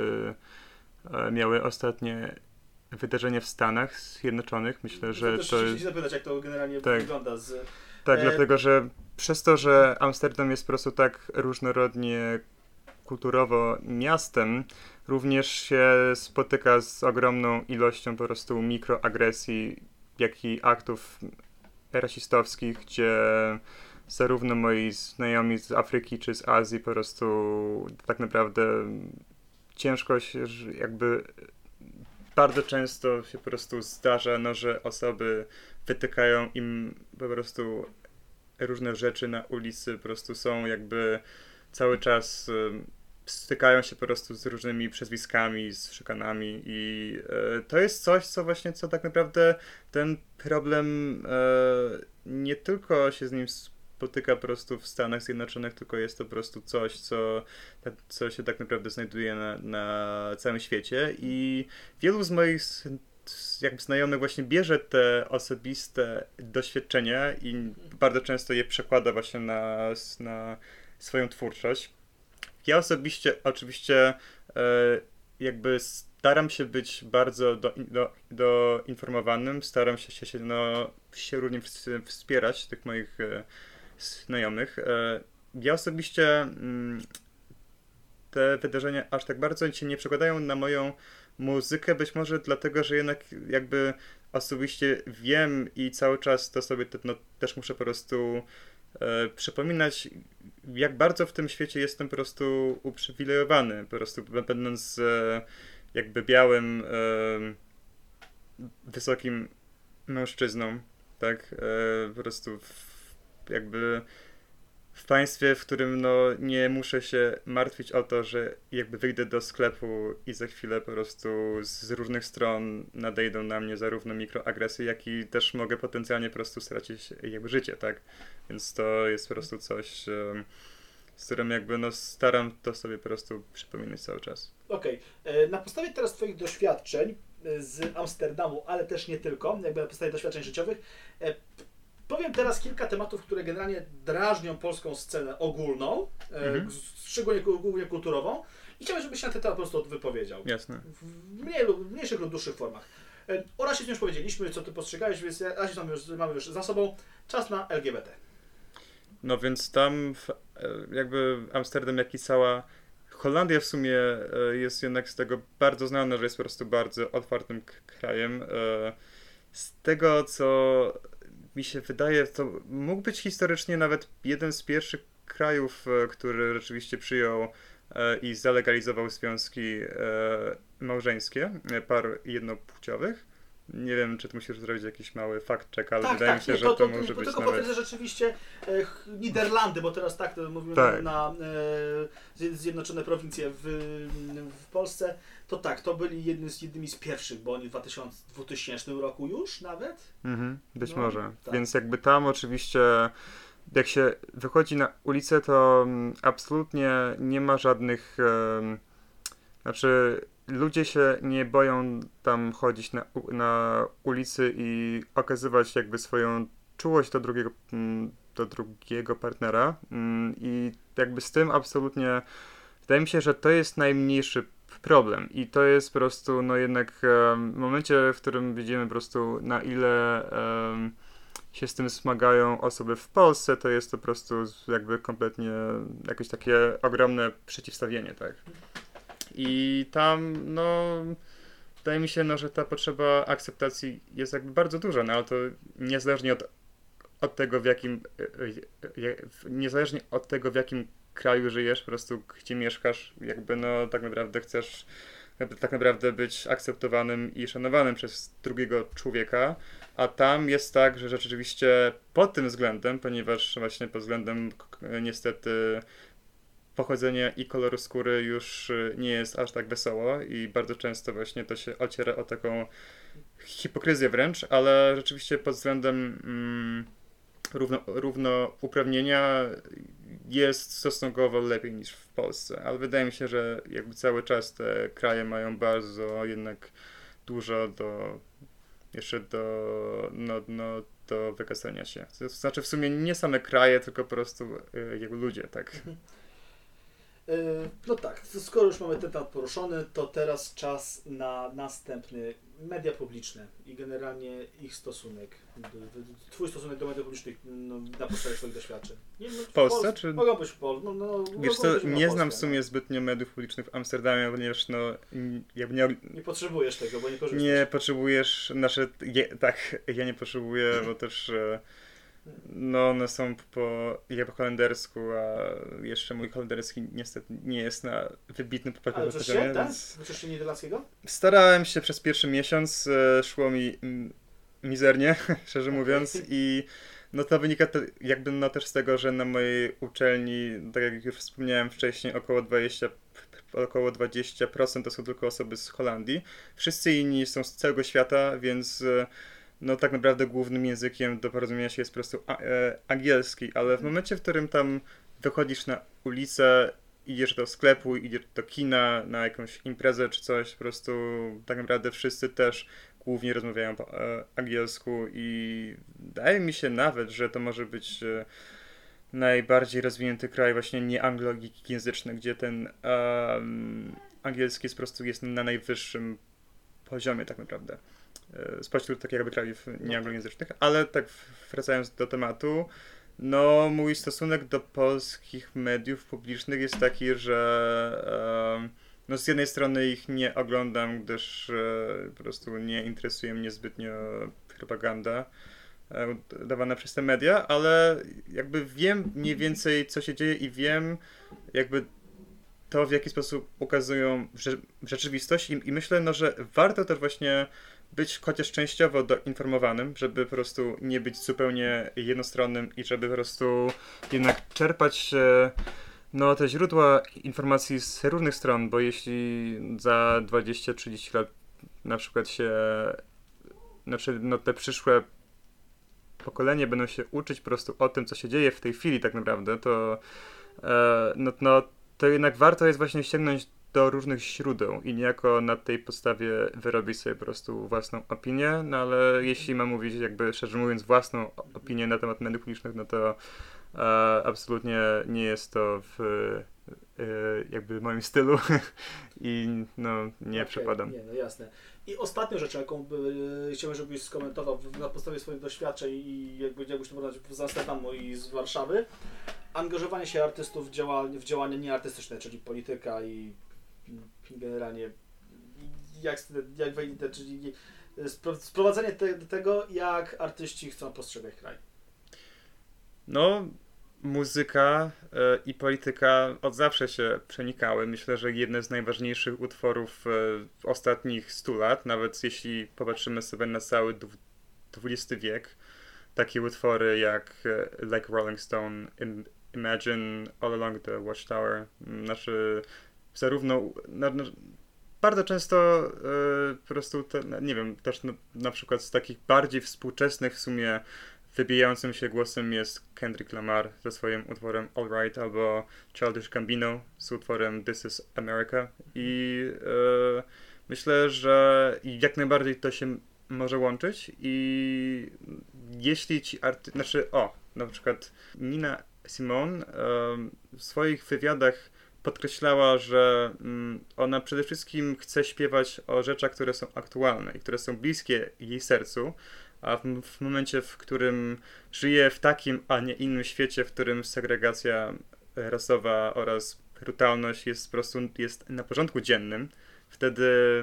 e, e, miały ostatnie wydarzenia w Stanach Zjednoczonych. Myślę, że to, to jest... zapytać, jak to generalnie tak wygląda. Z... Tak, e... dlatego, że przez to, że Amsterdam jest po prostu tak różnorodnie kulturowo miastem, również się spotyka z ogromną ilością po prostu mikroagresji, jak i aktów rasistowskich, gdzie zarówno moi znajomi z Afryki czy z Azji po prostu tak naprawdę ciężko się jakby bardzo często się po prostu zdarza, no, że osoby wytykają im po prostu różne rzeczy na ulicy, po prostu są jakby cały czas stykają się po prostu z różnymi przezwiskami, z szykanami i e, to jest coś, co właśnie, co tak naprawdę ten problem e, nie tylko się z nim spotyka po prostu w Stanach Zjednoczonych, tylko jest to po prostu coś, co, co się tak naprawdę znajduje na, na całym świecie i wielu z moich jakby znajomych właśnie bierze te osobiste doświadczenia i bardzo często je przekłada właśnie na, na swoją twórczość. Ja osobiście oczywiście e, jakby staram się być bardzo do, do, doinformowanym, staram się, się, no, się również wspierać tych moich e, znajomych. E, ja osobiście mm, te wydarzenia aż tak bardzo się nie przekładają na moją muzykę, być może dlatego, że jednak jakby osobiście wiem i cały czas to sobie te, no, też muszę po prostu e, przypominać, jak bardzo w tym świecie jestem po prostu uprzywilejowany, po prostu będąc e, jakby białym, e, wysokim mężczyzną, tak, e, po prostu w, jakby w państwie, w którym no nie muszę się martwić o to, że jakby wyjdę do sklepu i za chwilę po prostu z różnych stron nadejdą na mnie zarówno mikroagresje, jak i też mogę potencjalnie po prostu stracić jakby życie, tak? Więc to jest po prostu coś, z którym jakby no staram to sobie po prostu przypominać cały czas. Okej. Okay. Na podstawie teraz twoich doświadczeń z Amsterdamu, ale też nie tylko, jakby na podstawie doświadczeń życiowych, powiem teraz kilka tematów, które generalnie drażnią polską scenę ogólną, mhm. e, szczególnie głównie kulturową i chciałbym, żebyś na ten temat po prostu wypowiedział. Jasne. W mniej lub mniejszych lub dłuższych formach. E, o rasizmie już powiedzieliśmy, co ty postrzegałeś, więc rasizm mamy już, mamy już za sobą. Czas na L G B T. No więc tam w, jakby Amsterdam, jak i cała Holandia w sumie jest jednak z tego bardzo znana, że jest po prostu bardzo otwartym krajem. Z tego, co mi się wydaje, to mógł być historycznie nawet jeden z pierwszych krajów, który rzeczywiście przyjął i zalegalizował związki małżeńskie par jednopłciowych. Nie wiem, czy tu musisz zrobić jakiś mały fact check, ale tak, wydaje tak, mi się, nie, że to, to, to może to, być tylko nawet... potwierdzę rzeczywiście e, Niderlandy, bo teraz tak to mówimy tak. na, na e, Zjednoczone Prowincje w, w Polsce, to tak, to byli jednym z, jednymi z pierwszych, bo oni w dwutysięcznym roku już nawet? Mhm, być no, może. Tak. Więc jakby tam oczywiście, jak się wychodzi na ulicę, to um, absolutnie nie ma żadnych, um, znaczy ludzie się nie boją tam chodzić na, na ulicy i okazywać jakby swoją czułość do drugiego, do drugiego partnera i jakby z tym absolutnie wydaje mi się, że to jest najmniejszy problem i to jest po prostu no jednak w momencie, w którym widzimy po prostu na ile um, się z tym zmagają osoby w Polsce, to jest to po prostu jakby kompletnie jakieś takie ogromne przeciwstawienie, tak. I tam, no, wydaje mi się, no, że ta potrzeba akceptacji jest jakby bardzo duża, no ale to niezależnie od, od tego, w jakim, niezależnie od tego, w jakim kraju żyjesz, po prostu gdzie mieszkasz, jakby, no, tak naprawdę chcesz tak naprawdę być akceptowanym i szanowanym przez drugiego człowieka, a tam jest tak, że rzeczywiście pod tym względem, ponieważ właśnie pod względem niestety pochodzenia i koloru skóry już nie jest aż tak wesoło i bardzo często właśnie to się ociera o taką hipokryzję wręcz, ale rzeczywiście pod względem mm, równo, równouprawnienia jest stosunkowo lepiej niż w Polsce, ale wydaje mi się, że jakby cały czas te kraje mają bardzo jednak dużo do jeszcze do no, no, do wykazania się. To znaczy w sumie nie same kraje, tylko po prostu jakby ludzie, tak. No tak, skoro już mamy ten temat poruszony, to teraz czas na następny. Media publiczne i generalnie ich stosunek. Twój stosunek do mediów publicznych no, na podstawie swoich doświadczeń. Nie, no, w Polsce? Pol- Czy... Mogą być w Polsce. No, no, Wiesz co, nie znam w Polskę, sumie no. zbytnio mediów publicznych w Amsterdamie, ponieważ no jakby nie... Nie potrzebujesz tego, bo nie korzystasz. Nie potrzebujesz, nasze, je, tak, ja nie potrzebuję, bo też no one są po, ja po holendersku, a jeszcze mój holenderski niestety nie jest na wybitnym poziomie. Ale uczysz się, tak? Uczysz się niderlandzkiego? Starałem się przez pierwszy miesiąc, szło mi mizernie, szczerze okay. mówiąc, i no to wynika te, jakby no też z tego, że na mojej uczelni, tak jak już wspomniałem wcześniej, około dwadzieścia około dwadzieścia procent to są tylko osoby z Holandii. Wszyscy inni są z całego świata, więc no tak naprawdę głównym językiem do porozumienia się jest po prostu a, e, angielski, ale w momencie, w którym tam wychodzisz na ulicę, idziesz do sklepu, idziesz do kina, na jakąś imprezę czy coś, po prostu tak naprawdę wszyscy też głównie rozmawiają po e, angielsku i wydaje mi się nawet, że to może być e, najbardziej rozwinięty kraj właśnie nieanglojęzyczny, gdzie ten um, angielski jest po prostu jest na najwyższym poziomie tak naprawdę e, spośród takich jakby krajów nieanglojęzycznych, ale tak wracając do tematu, no mój stosunek do polskich mediów publicznych jest taki, że um, no z jednej strony ich nie oglądam, gdyż e, po prostu nie interesuje mnie zbytnio propaganda e, dawana przez te media, ale jakby wiem mniej więcej co się dzieje i wiem jakby to w jaki sposób ukazują rze- rzeczywistość i, i myślę, no, że warto też właśnie być chociaż częściowo doinformowanym, żeby po prostu nie być zupełnie jednostronnym i żeby po prostu jednak czerpać e, no, te źródła informacji z różnych stron, bo jeśli za dwadzieścia trzydzieści lat na przykład się znaczy, no, te przyszłe pokolenie będą się uczyć po prostu o tym, co się dzieje w tej chwili tak naprawdę, to e, no, no, to jednak warto jest właśnie sięgnąć do różnych źródeł i niejako na tej podstawie wyrobić sobie po prostu własną opinię, no ale jeśli mam mówić jakby szczerze mówiąc własną opinię na temat mediów publicznych, no to e, absolutnie nie jest to w e, jakby moim stylu i no nie okay, przepadam. Nie, no jasne. I ostatnią rzeczą, jaką by, chciałbym, żebyś skomentował na podstawie swoich doświadczeń i jakby jakbyś to porównać z Amsterdamu i z Warszawy, angażowanie się artystów w, działa, w działania nieartystyczne, czyli polityka i, i generalnie jak, jak wejdzie, czyli sprowadzenie te, do tego, jak artyści chcą postrzegać kraj. No, muzyka y, i polityka od zawsze się przenikały. Myślę, że jedne z najważniejszych utworów y, ostatnich stu lat, nawet jeśli popatrzymy sobie na cały dwudziesty wiek, takie utwory jak y, Like Rolling Stone, Im- Imagine, All Along the Watchtower, znaczy zarówno na, na, bardzo często y, po prostu, te, nie wiem, też na, na przykład z takich bardziej współczesnych w sumie wybijającym się głosem jest Kendrick Lamar ze swoim utworem All Right, albo Childish Gambino z utworem This is America i e, myślę, że jak najbardziej to się może łączyć i jeśli ci arty... znaczy o, na przykład Nina Simone e, w swoich wywiadach podkreślała, że mm, ona przede wszystkim chce śpiewać o rzeczach, które są aktualne i które są bliskie jej sercu, a w, w momencie, w którym żyje w takim, a nie innym świecie, w którym segregacja rasowa oraz brutalność jest po prostu jest na porządku dziennym, wtedy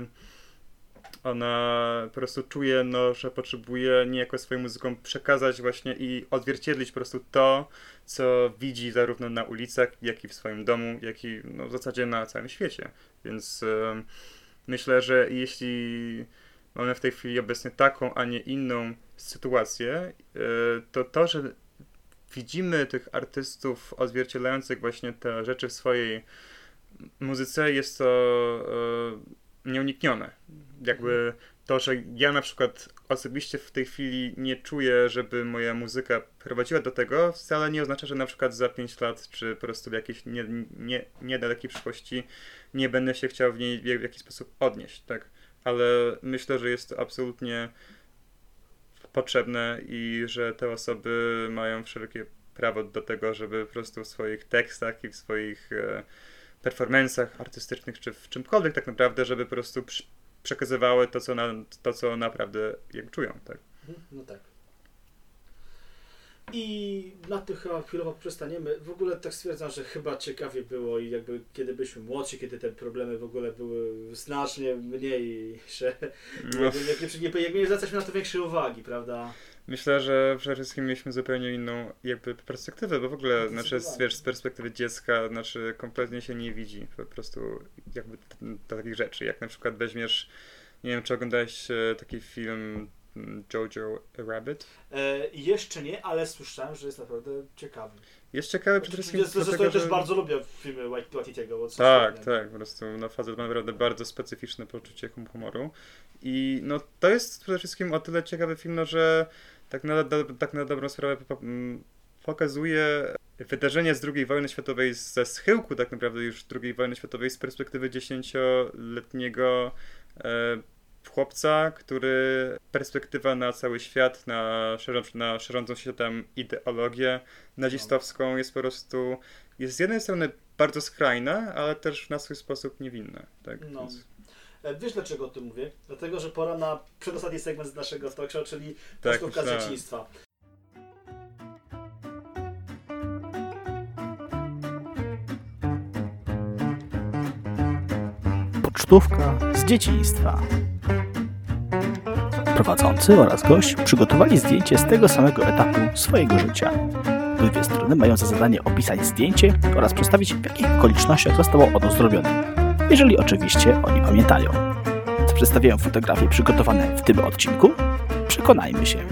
ona po prostu czuje, no, że potrzebuje niejako swoją muzyką przekazać właśnie i odzwierciedlić po prostu to, co widzi zarówno na ulicach, jak i w swoim domu, jak i no, w zasadzie na całym świecie. Więc e, myślę, że jeśli mamy w tej chwili obecnie taką, a nie inną sytuację, to to, że widzimy tych artystów odzwierciedlających właśnie te rzeczy w swojej muzyce, jest to nieuniknione. Jakby to, że ja na przykład osobiście w tej chwili nie czuję, żeby moja muzyka prowadziła do tego, wcale nie oznacza, że na przykład za pięć lat, czy po prostu w jakiejś nie, nie, niedalekiej przyszłości nie będę się chciał w niej w jakiś sposób odnieść, tak? Ale myślę, że jest to absolutnie potrzebne i że te osoby mają wszelkie prawo do tego, żeby po prostu w swoich tekstach i w swoich e, performancach artystycznych, czy w czymkolwiek tak naprawdę, żeby po prostu przy, przekazywały to, co, na, to, co naprawdę jak czują, tak? No tak. I na tym chyba chwilowo przestaniemy. W ogóle tak stwierdzam, że chyba ciekawie było i jakby kiedy byliśmy młodsi, kiedy te problemy w ogóle były znacznie mniejsze. No. Jakby, jak, nie, jak nie zwracaliśmy na to większej uwagi, prawda? Myślę, że przede wszystkim mieliśmy zupełnie inną jakby perspektywę, bo w ogóle no znaczy, wiesz, z perspektywy dziecka znaczy kompletnie się nie widzi po prostu jakby t- t- takich rzeczy. Jak na przykład weźmiesz, nie wiem, czy oglądałeś taki film Jojo Rabbit? E, jeszcze nie, ale słyszałem, że jest naprawdę ciekawy. Jest ciekawy przede wszystkim Zresztą dlatego, ja też że... bardzo lubię filmy Waititiego. Bo Tak, tak, po prostu no, facet ma naprawdę bardzo specyficzne poczucie humoru. I no to jest przede wszystkim o tyle ciekawy film, no, że tak na, do, tak na dobrą sprawę pokazuje wydarzenia z drugiej wojny światowej ze schyłku tak naprawdę już drugiej wojny światowej z perspektywy dziesięcioletniego e, chłopca, który perspektywa na cały świat, na, szerząc, na szerzącą się tam ideologię nazistowską jest po prostu, jest z jednej strony bardzo skrajna, ale też na swój sposób niewinna. Tak? No. Więc... Wiesz dlaczego o tym mówię? Dlatego, że pora na przedostatni segment z naszego talk show, czyli tak, pocztówka z dzieciństwa. Pocztówka z dzieciństwa. Prowadzący oraz gość przygotowali zdjęcie z tego samego etapu swojego życia. Dwie strony mają za zadanie opisać zdjęcie oraz przedstawić, w jakich okolicznościach zostało ono zrobione, jeżeli oczywiście oni pamiętają. Co przedstawiają fotografie przygotowane w tym odcinku? Przekonajmy się.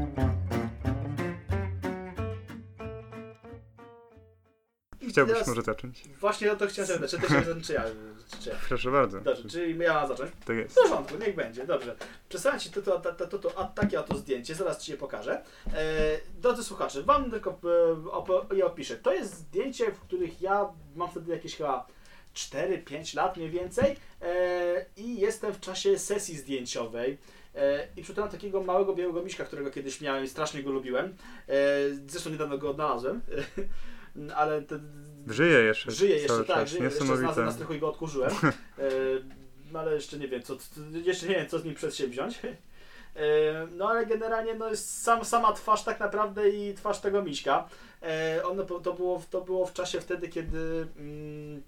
Chciałbyś Teraz może zacząć? Właśnie o to chciałem zapytać, czy ty się czy ja? Czy ja? Proszę bardzo. Dobrze, czyli ja mam zacząć? Tak jest. W porządku, niech będzie, dobrze. Przedstawiam Ci to, to, to, to, to, a, takie oto zdjęcie, zaraz Ci je pokażę. E, drodzy słuchacze, Wam tylko e, op, je opiszę. To jest zdjęcie, w których ja mam wtedy jakieś chyba cztery pięć lat mniej więcej e, i jestem w czasie sesji zdjęciowej. E, I przytulam takiego małego białego miśka, którego kiedyś miałem i strasznie go lubiłem. E, zresztą niedawno go odnalazłem. Ale te, żyje jeszcze. Żyje jeszcze, tak, czas. żyje. Jeszcze znalazłem na strychu i go odkurzyłem. E, ale jeszcze nie wiem, co, jeszcze nie wiem, co z nim przedsięwziąć. E, no ale generalnie no, jest sam, sama twarz tak naprawdę i twarz tego miśka. E, ono, to, było, to było w czasie wtedy, kiedy mm,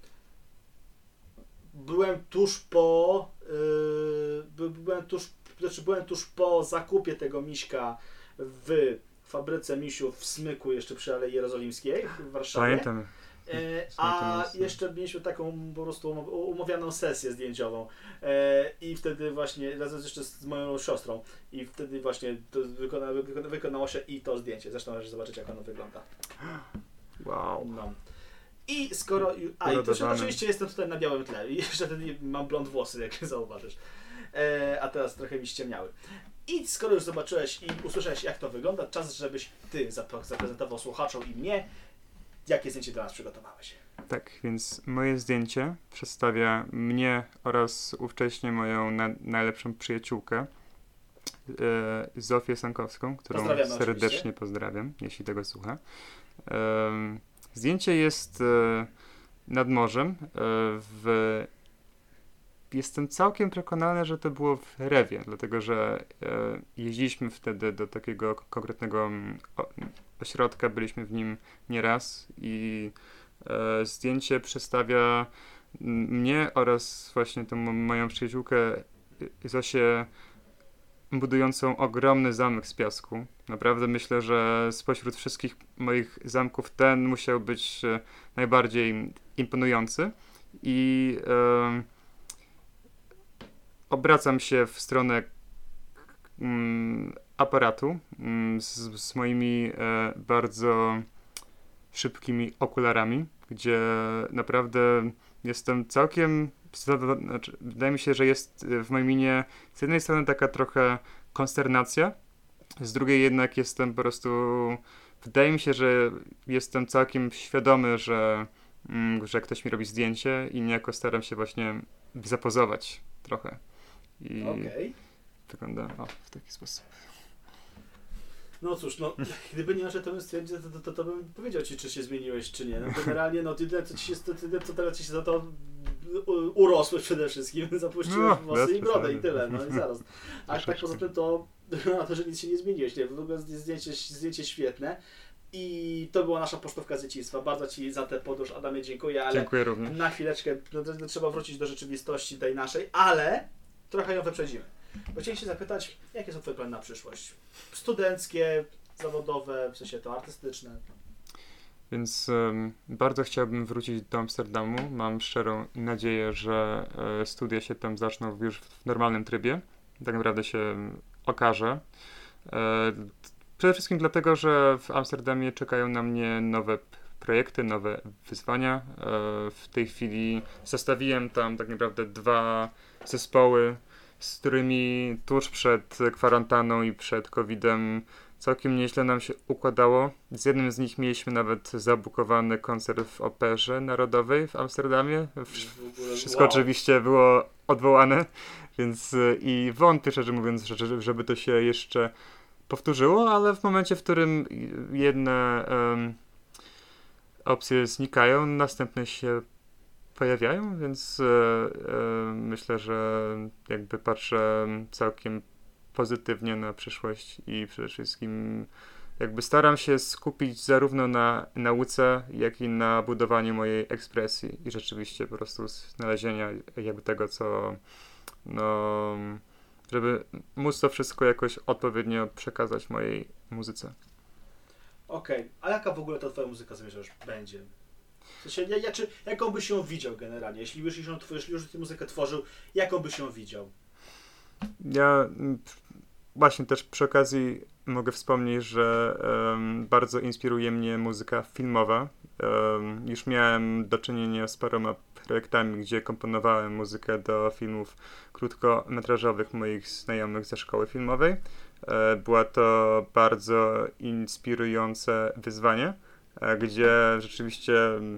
byłem tuż po yy, byłem tuż, znaczy byłem tuż po zakupie tego miśka w fabryce misiów w Smyku, jeszcze przy Alei Jerozolimskiej w Warszawie. Pamiętam. E, a jeszcze mieliśmy taką po prostu umówioną sesję zdjęciową e, i wtedy właśnie razem jeszcze z moją siostrą i wtedy właśnie to wykona, wykona, wykonało się i to zdjęcie. Zresztą możesz zobaczyć, jak ono wygląda. Wow. No. I skoro... A, i to oczywiście jestem tutaj na białym tle i jeszcze wtedy mam blond włosy, jak zauważysz. E, a teraz trochę mi ściemniały. I skoro już zobaczyłeś i usłyszałeś, jak to wygląda, czas, żebyś ty zaprezentował słuchaczom i mnie, jakie zdjęcie dla nas przygotowałeś. Tak, więc moje zdjęcie przedstawia mnie oraz ówcześnie moją na, najlepszą przyjaciółkę, e, Zofię Sankowską, którą serdecznie oczywiście pozdrawiam, jeśli tego słucha. E, zdjęcie jest e, nad morzem. E, w Jestem całkiem przekonany, że to było w Rewie, dlatego że e, jeździliśmy wtedy do takiego konkretnego o, ośrodka, byliśmy w nim nieraz i e, zdjęcie przedstawia mnie oraz właśnie tą moją przyjaciółkę Zosię budującą ogromny zamek z piasku. Naprawdę myślę, że spośród wszystkich moich zamków ten musiał być e, najbardziej imponujący i e, obracam się w stronę mm, aparatu mm, z, z moimi e, bardzo szybkimi okularami, gdzie naprawdę jestem całkiem, znaczy, wydaje mi się, że jest w mojej minie z jednej strony taka trochę konsternacja, z drugiej jednak jestem po prostu, wydaje mi się, że jestem całkiem świadomy, że, mm, że ktoś mi robi zdjęcie i niejako staram się właśnie zapozować trochę. I okay. wygląda o, w taki sposób. No cóż, no, gdyby nie nasze to bym stwierdził, to, to, to, to bym powiedział Ci, czy się zmieniłeś, czy nie. No, generalnie, no, tyle, co Ci się, tyle, co teraz Ci się za to urosłeś przede wszystkim, zapuściłeś no, włosy i brodę i tyle, no i zaraz. A tak poza tym to, na to, że nic się nie zmieniłeś, nie, w ogóle zdjęcie, zdjęcie świetne. I to była nasza pocztówka z dzieciństwa. Bardzo Ci za tę podróż, Adamie, dziękuję, ale dziękuję również. Na chwileczkę no, to, to trzeba wrócić do rzeczywistości tej naszej, ale trochę ją wyprzedzimy. Bo chciałem się zapytać, jakie są Twoje plany na przyszłość? Studenckie, zawodowe, w sensie to artystyczne? Więc um, bardzo chciałbym wrócić do Amsterdamu. Mam szczerą nadzieję, że e, studia się tam zaczną już w normalnym trybie. Tak naprawdę się okaże. Przede wszystkim dlatego, że w Amsterdamie czekają na mnie nowe projekty, nowe wyzwania. W tej chwili zestawiłem tam tak naprawdę dwa zespoły, z którymi tuż przed kwarantanną i przed kowidem całkiem nieźle nam się układało. Z jednym z nich mieliśmy nawet zabukowany koncert w Operze Narodowej w Amsterdamie. Wszystko wow. Oczywiście było odwołane, więc i wątpię, szczerze mówiąc, że, żeby to się jeszcze powtórzyło, ale w momencie, w którym jedne um, opcje znikają, następne się pojawiają, więc e, e, myślę, że jakby patrzę całkiem pozytywnie na przyszłość i przede wszystkim jakby staram się skupić zarówno na nauce, jak i na budowaniu mojej ekspresji i rzeczywiście po prostu znalezienia jakby tego, co no, żeby móc to wszystko jakoś odpowiednio przekazać mojej muzyce. Okej, okay. A jaka w ogóle ta twoja muzyka zamierzasz będzie? W sensie, ja, ja, czy, jaką byś ją widział generalnie? Jeśli już, jeśli, jeśli już tę muzykę tworzył, jaką byś ją widział? Ja właśnie też przy okazji mogę wspomnieć, że um, bardzo inspiruje mnie muzyka filmowa. Um, już miałem do czynienia z paroma projektami, gdzie komponowałem muzykę do filmów krótkometrażowych moich znajomych ze szkoły filmowej. E, była to bardzo inspirujące wyzwanie, e, gdzie rzeczywiście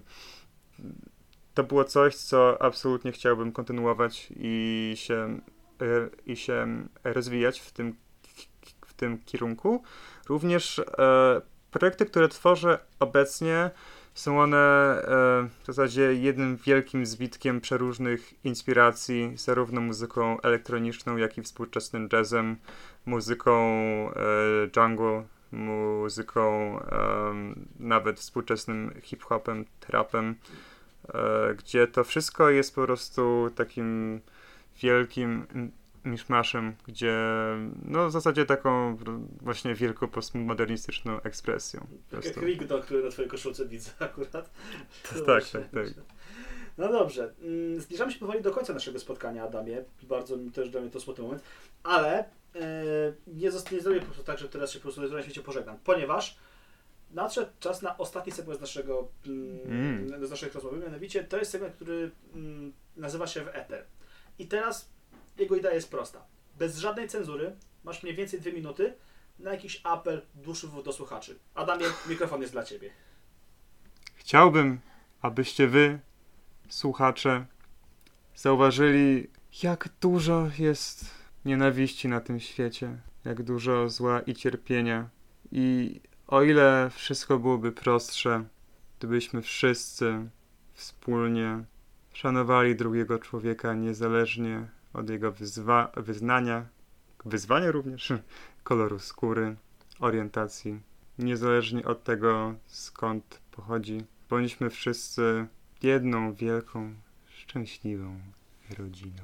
to było coś, co absolutnie chciałbym kontynuować i się i się rozwijać w tym, w tym kierunku. Również e, projekty, które tworzę obecnie, są one e, w zasadzie jednym wielkim zbitkiem przeróżnych inspiracji, zarówno muzyką elektroniczną, jak i współczesnym jazzem, muzyką e, jungle, muzyką e, nawet współczesnym hip-hopem, trapem, e, gdzie to wszystko jest po prostu takim wielkim miszmaszem, gdzie no w zasadzie taką właśnie wielką postmodernistyczną ekspresją. Tak jak Rigdo, który na twojej koszulce widzę akurat. Tak, tak, tak. No dobrze, zbliżamy się powoli do końca naszego spotkania, Adamie. Bardzo mi też dla mnie to smutny moment, ale yy, nie, nie zrobię po prostu tak, że teraz się po prostu na świecie pożegnam, ponieważ nadszedł czas na ostatni segment z naszego mm. z naszej rozmowy, mianowicie to jest segment, który mm, nazywa się W Eter. I teraz jego idea jest prosta. Bez żadnej cenzury masz mniej więcej dwie minuty na jakiś apel dłuższy do słuchaczy. Adamie, mikrofon jest dla ciebie. Chciałbym, abyście wy, słuchacze, zauważyli, jak dużo jest nienawiści na tym świecie, jak dużo zła i cierpienia. I o ile wszystko byłoby prostsze, gdybyśmy wszyscy wspólnie szanowali drugiego człowieka niezależnie od jego wyzwa- wyznania, wyzwania również, koloru skóry, orientacji, niezależnie od tego, skąd pochodzi. Bądźmy wszyscy jedną wielką, szczęśliwą rodziną.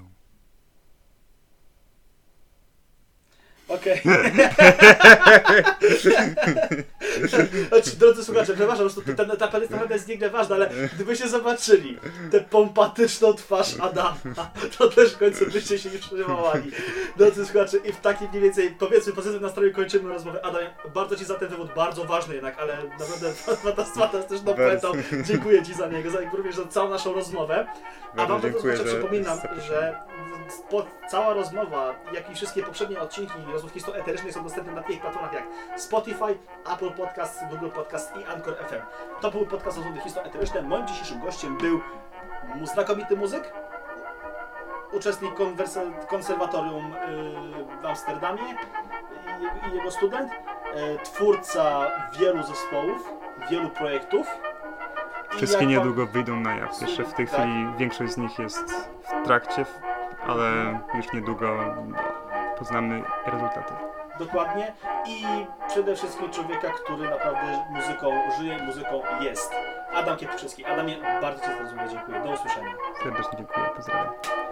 Okej. Okay. Drodzy słuchacze, przepraszam, po prostu ta, ta paletka naprawdę jest niezwykle ważna, ale gdybyście zobaczyli tę pompatyczną twarz Adama, to też w końcu byście się nie przeżywali. Drodzy słuchacze, i w takim mniej więcej, powiedzmy, pozytywnym nastroju kończymy rozmowę. Adam, bardzo ci za ten wywód, bardzo ważny jednak, ale naprawdę fantastyczną puentą. Dziękuję ci za niego, za, również za całą naszą rozmowę. A wam to przypominam, że po, cała rozmowa, jak i wszystkie poprzednie odcinki rozmów historii eterycznych są dostępne na takich platformach jak Spotify, Apple Podcast, Google Podcast i Anchor F M. To był podcast rozmowy historii eteryczne. Moim dzisiejszym gościem był znakomity muzyk, uczestnik konserwatorium w Amsterdamie i jego student, twórca wielu zespołów, wielu projektów. Wszystkie niedługo wyjdą na jaw. Jeszcze w tej tak. chwili większość z nich jest w trakcie, ale już niedługo poznamy rezultaty. Dokładnie. I przede wszystkim człowieka, który naprawdę muzyką żyje, muzyką jest. Adam Kieprzycki. Adamie, bardzo ci za rozmowę dziękuję. Do usłyszenia. Serdecznie dziękuję. Pozdrawiam.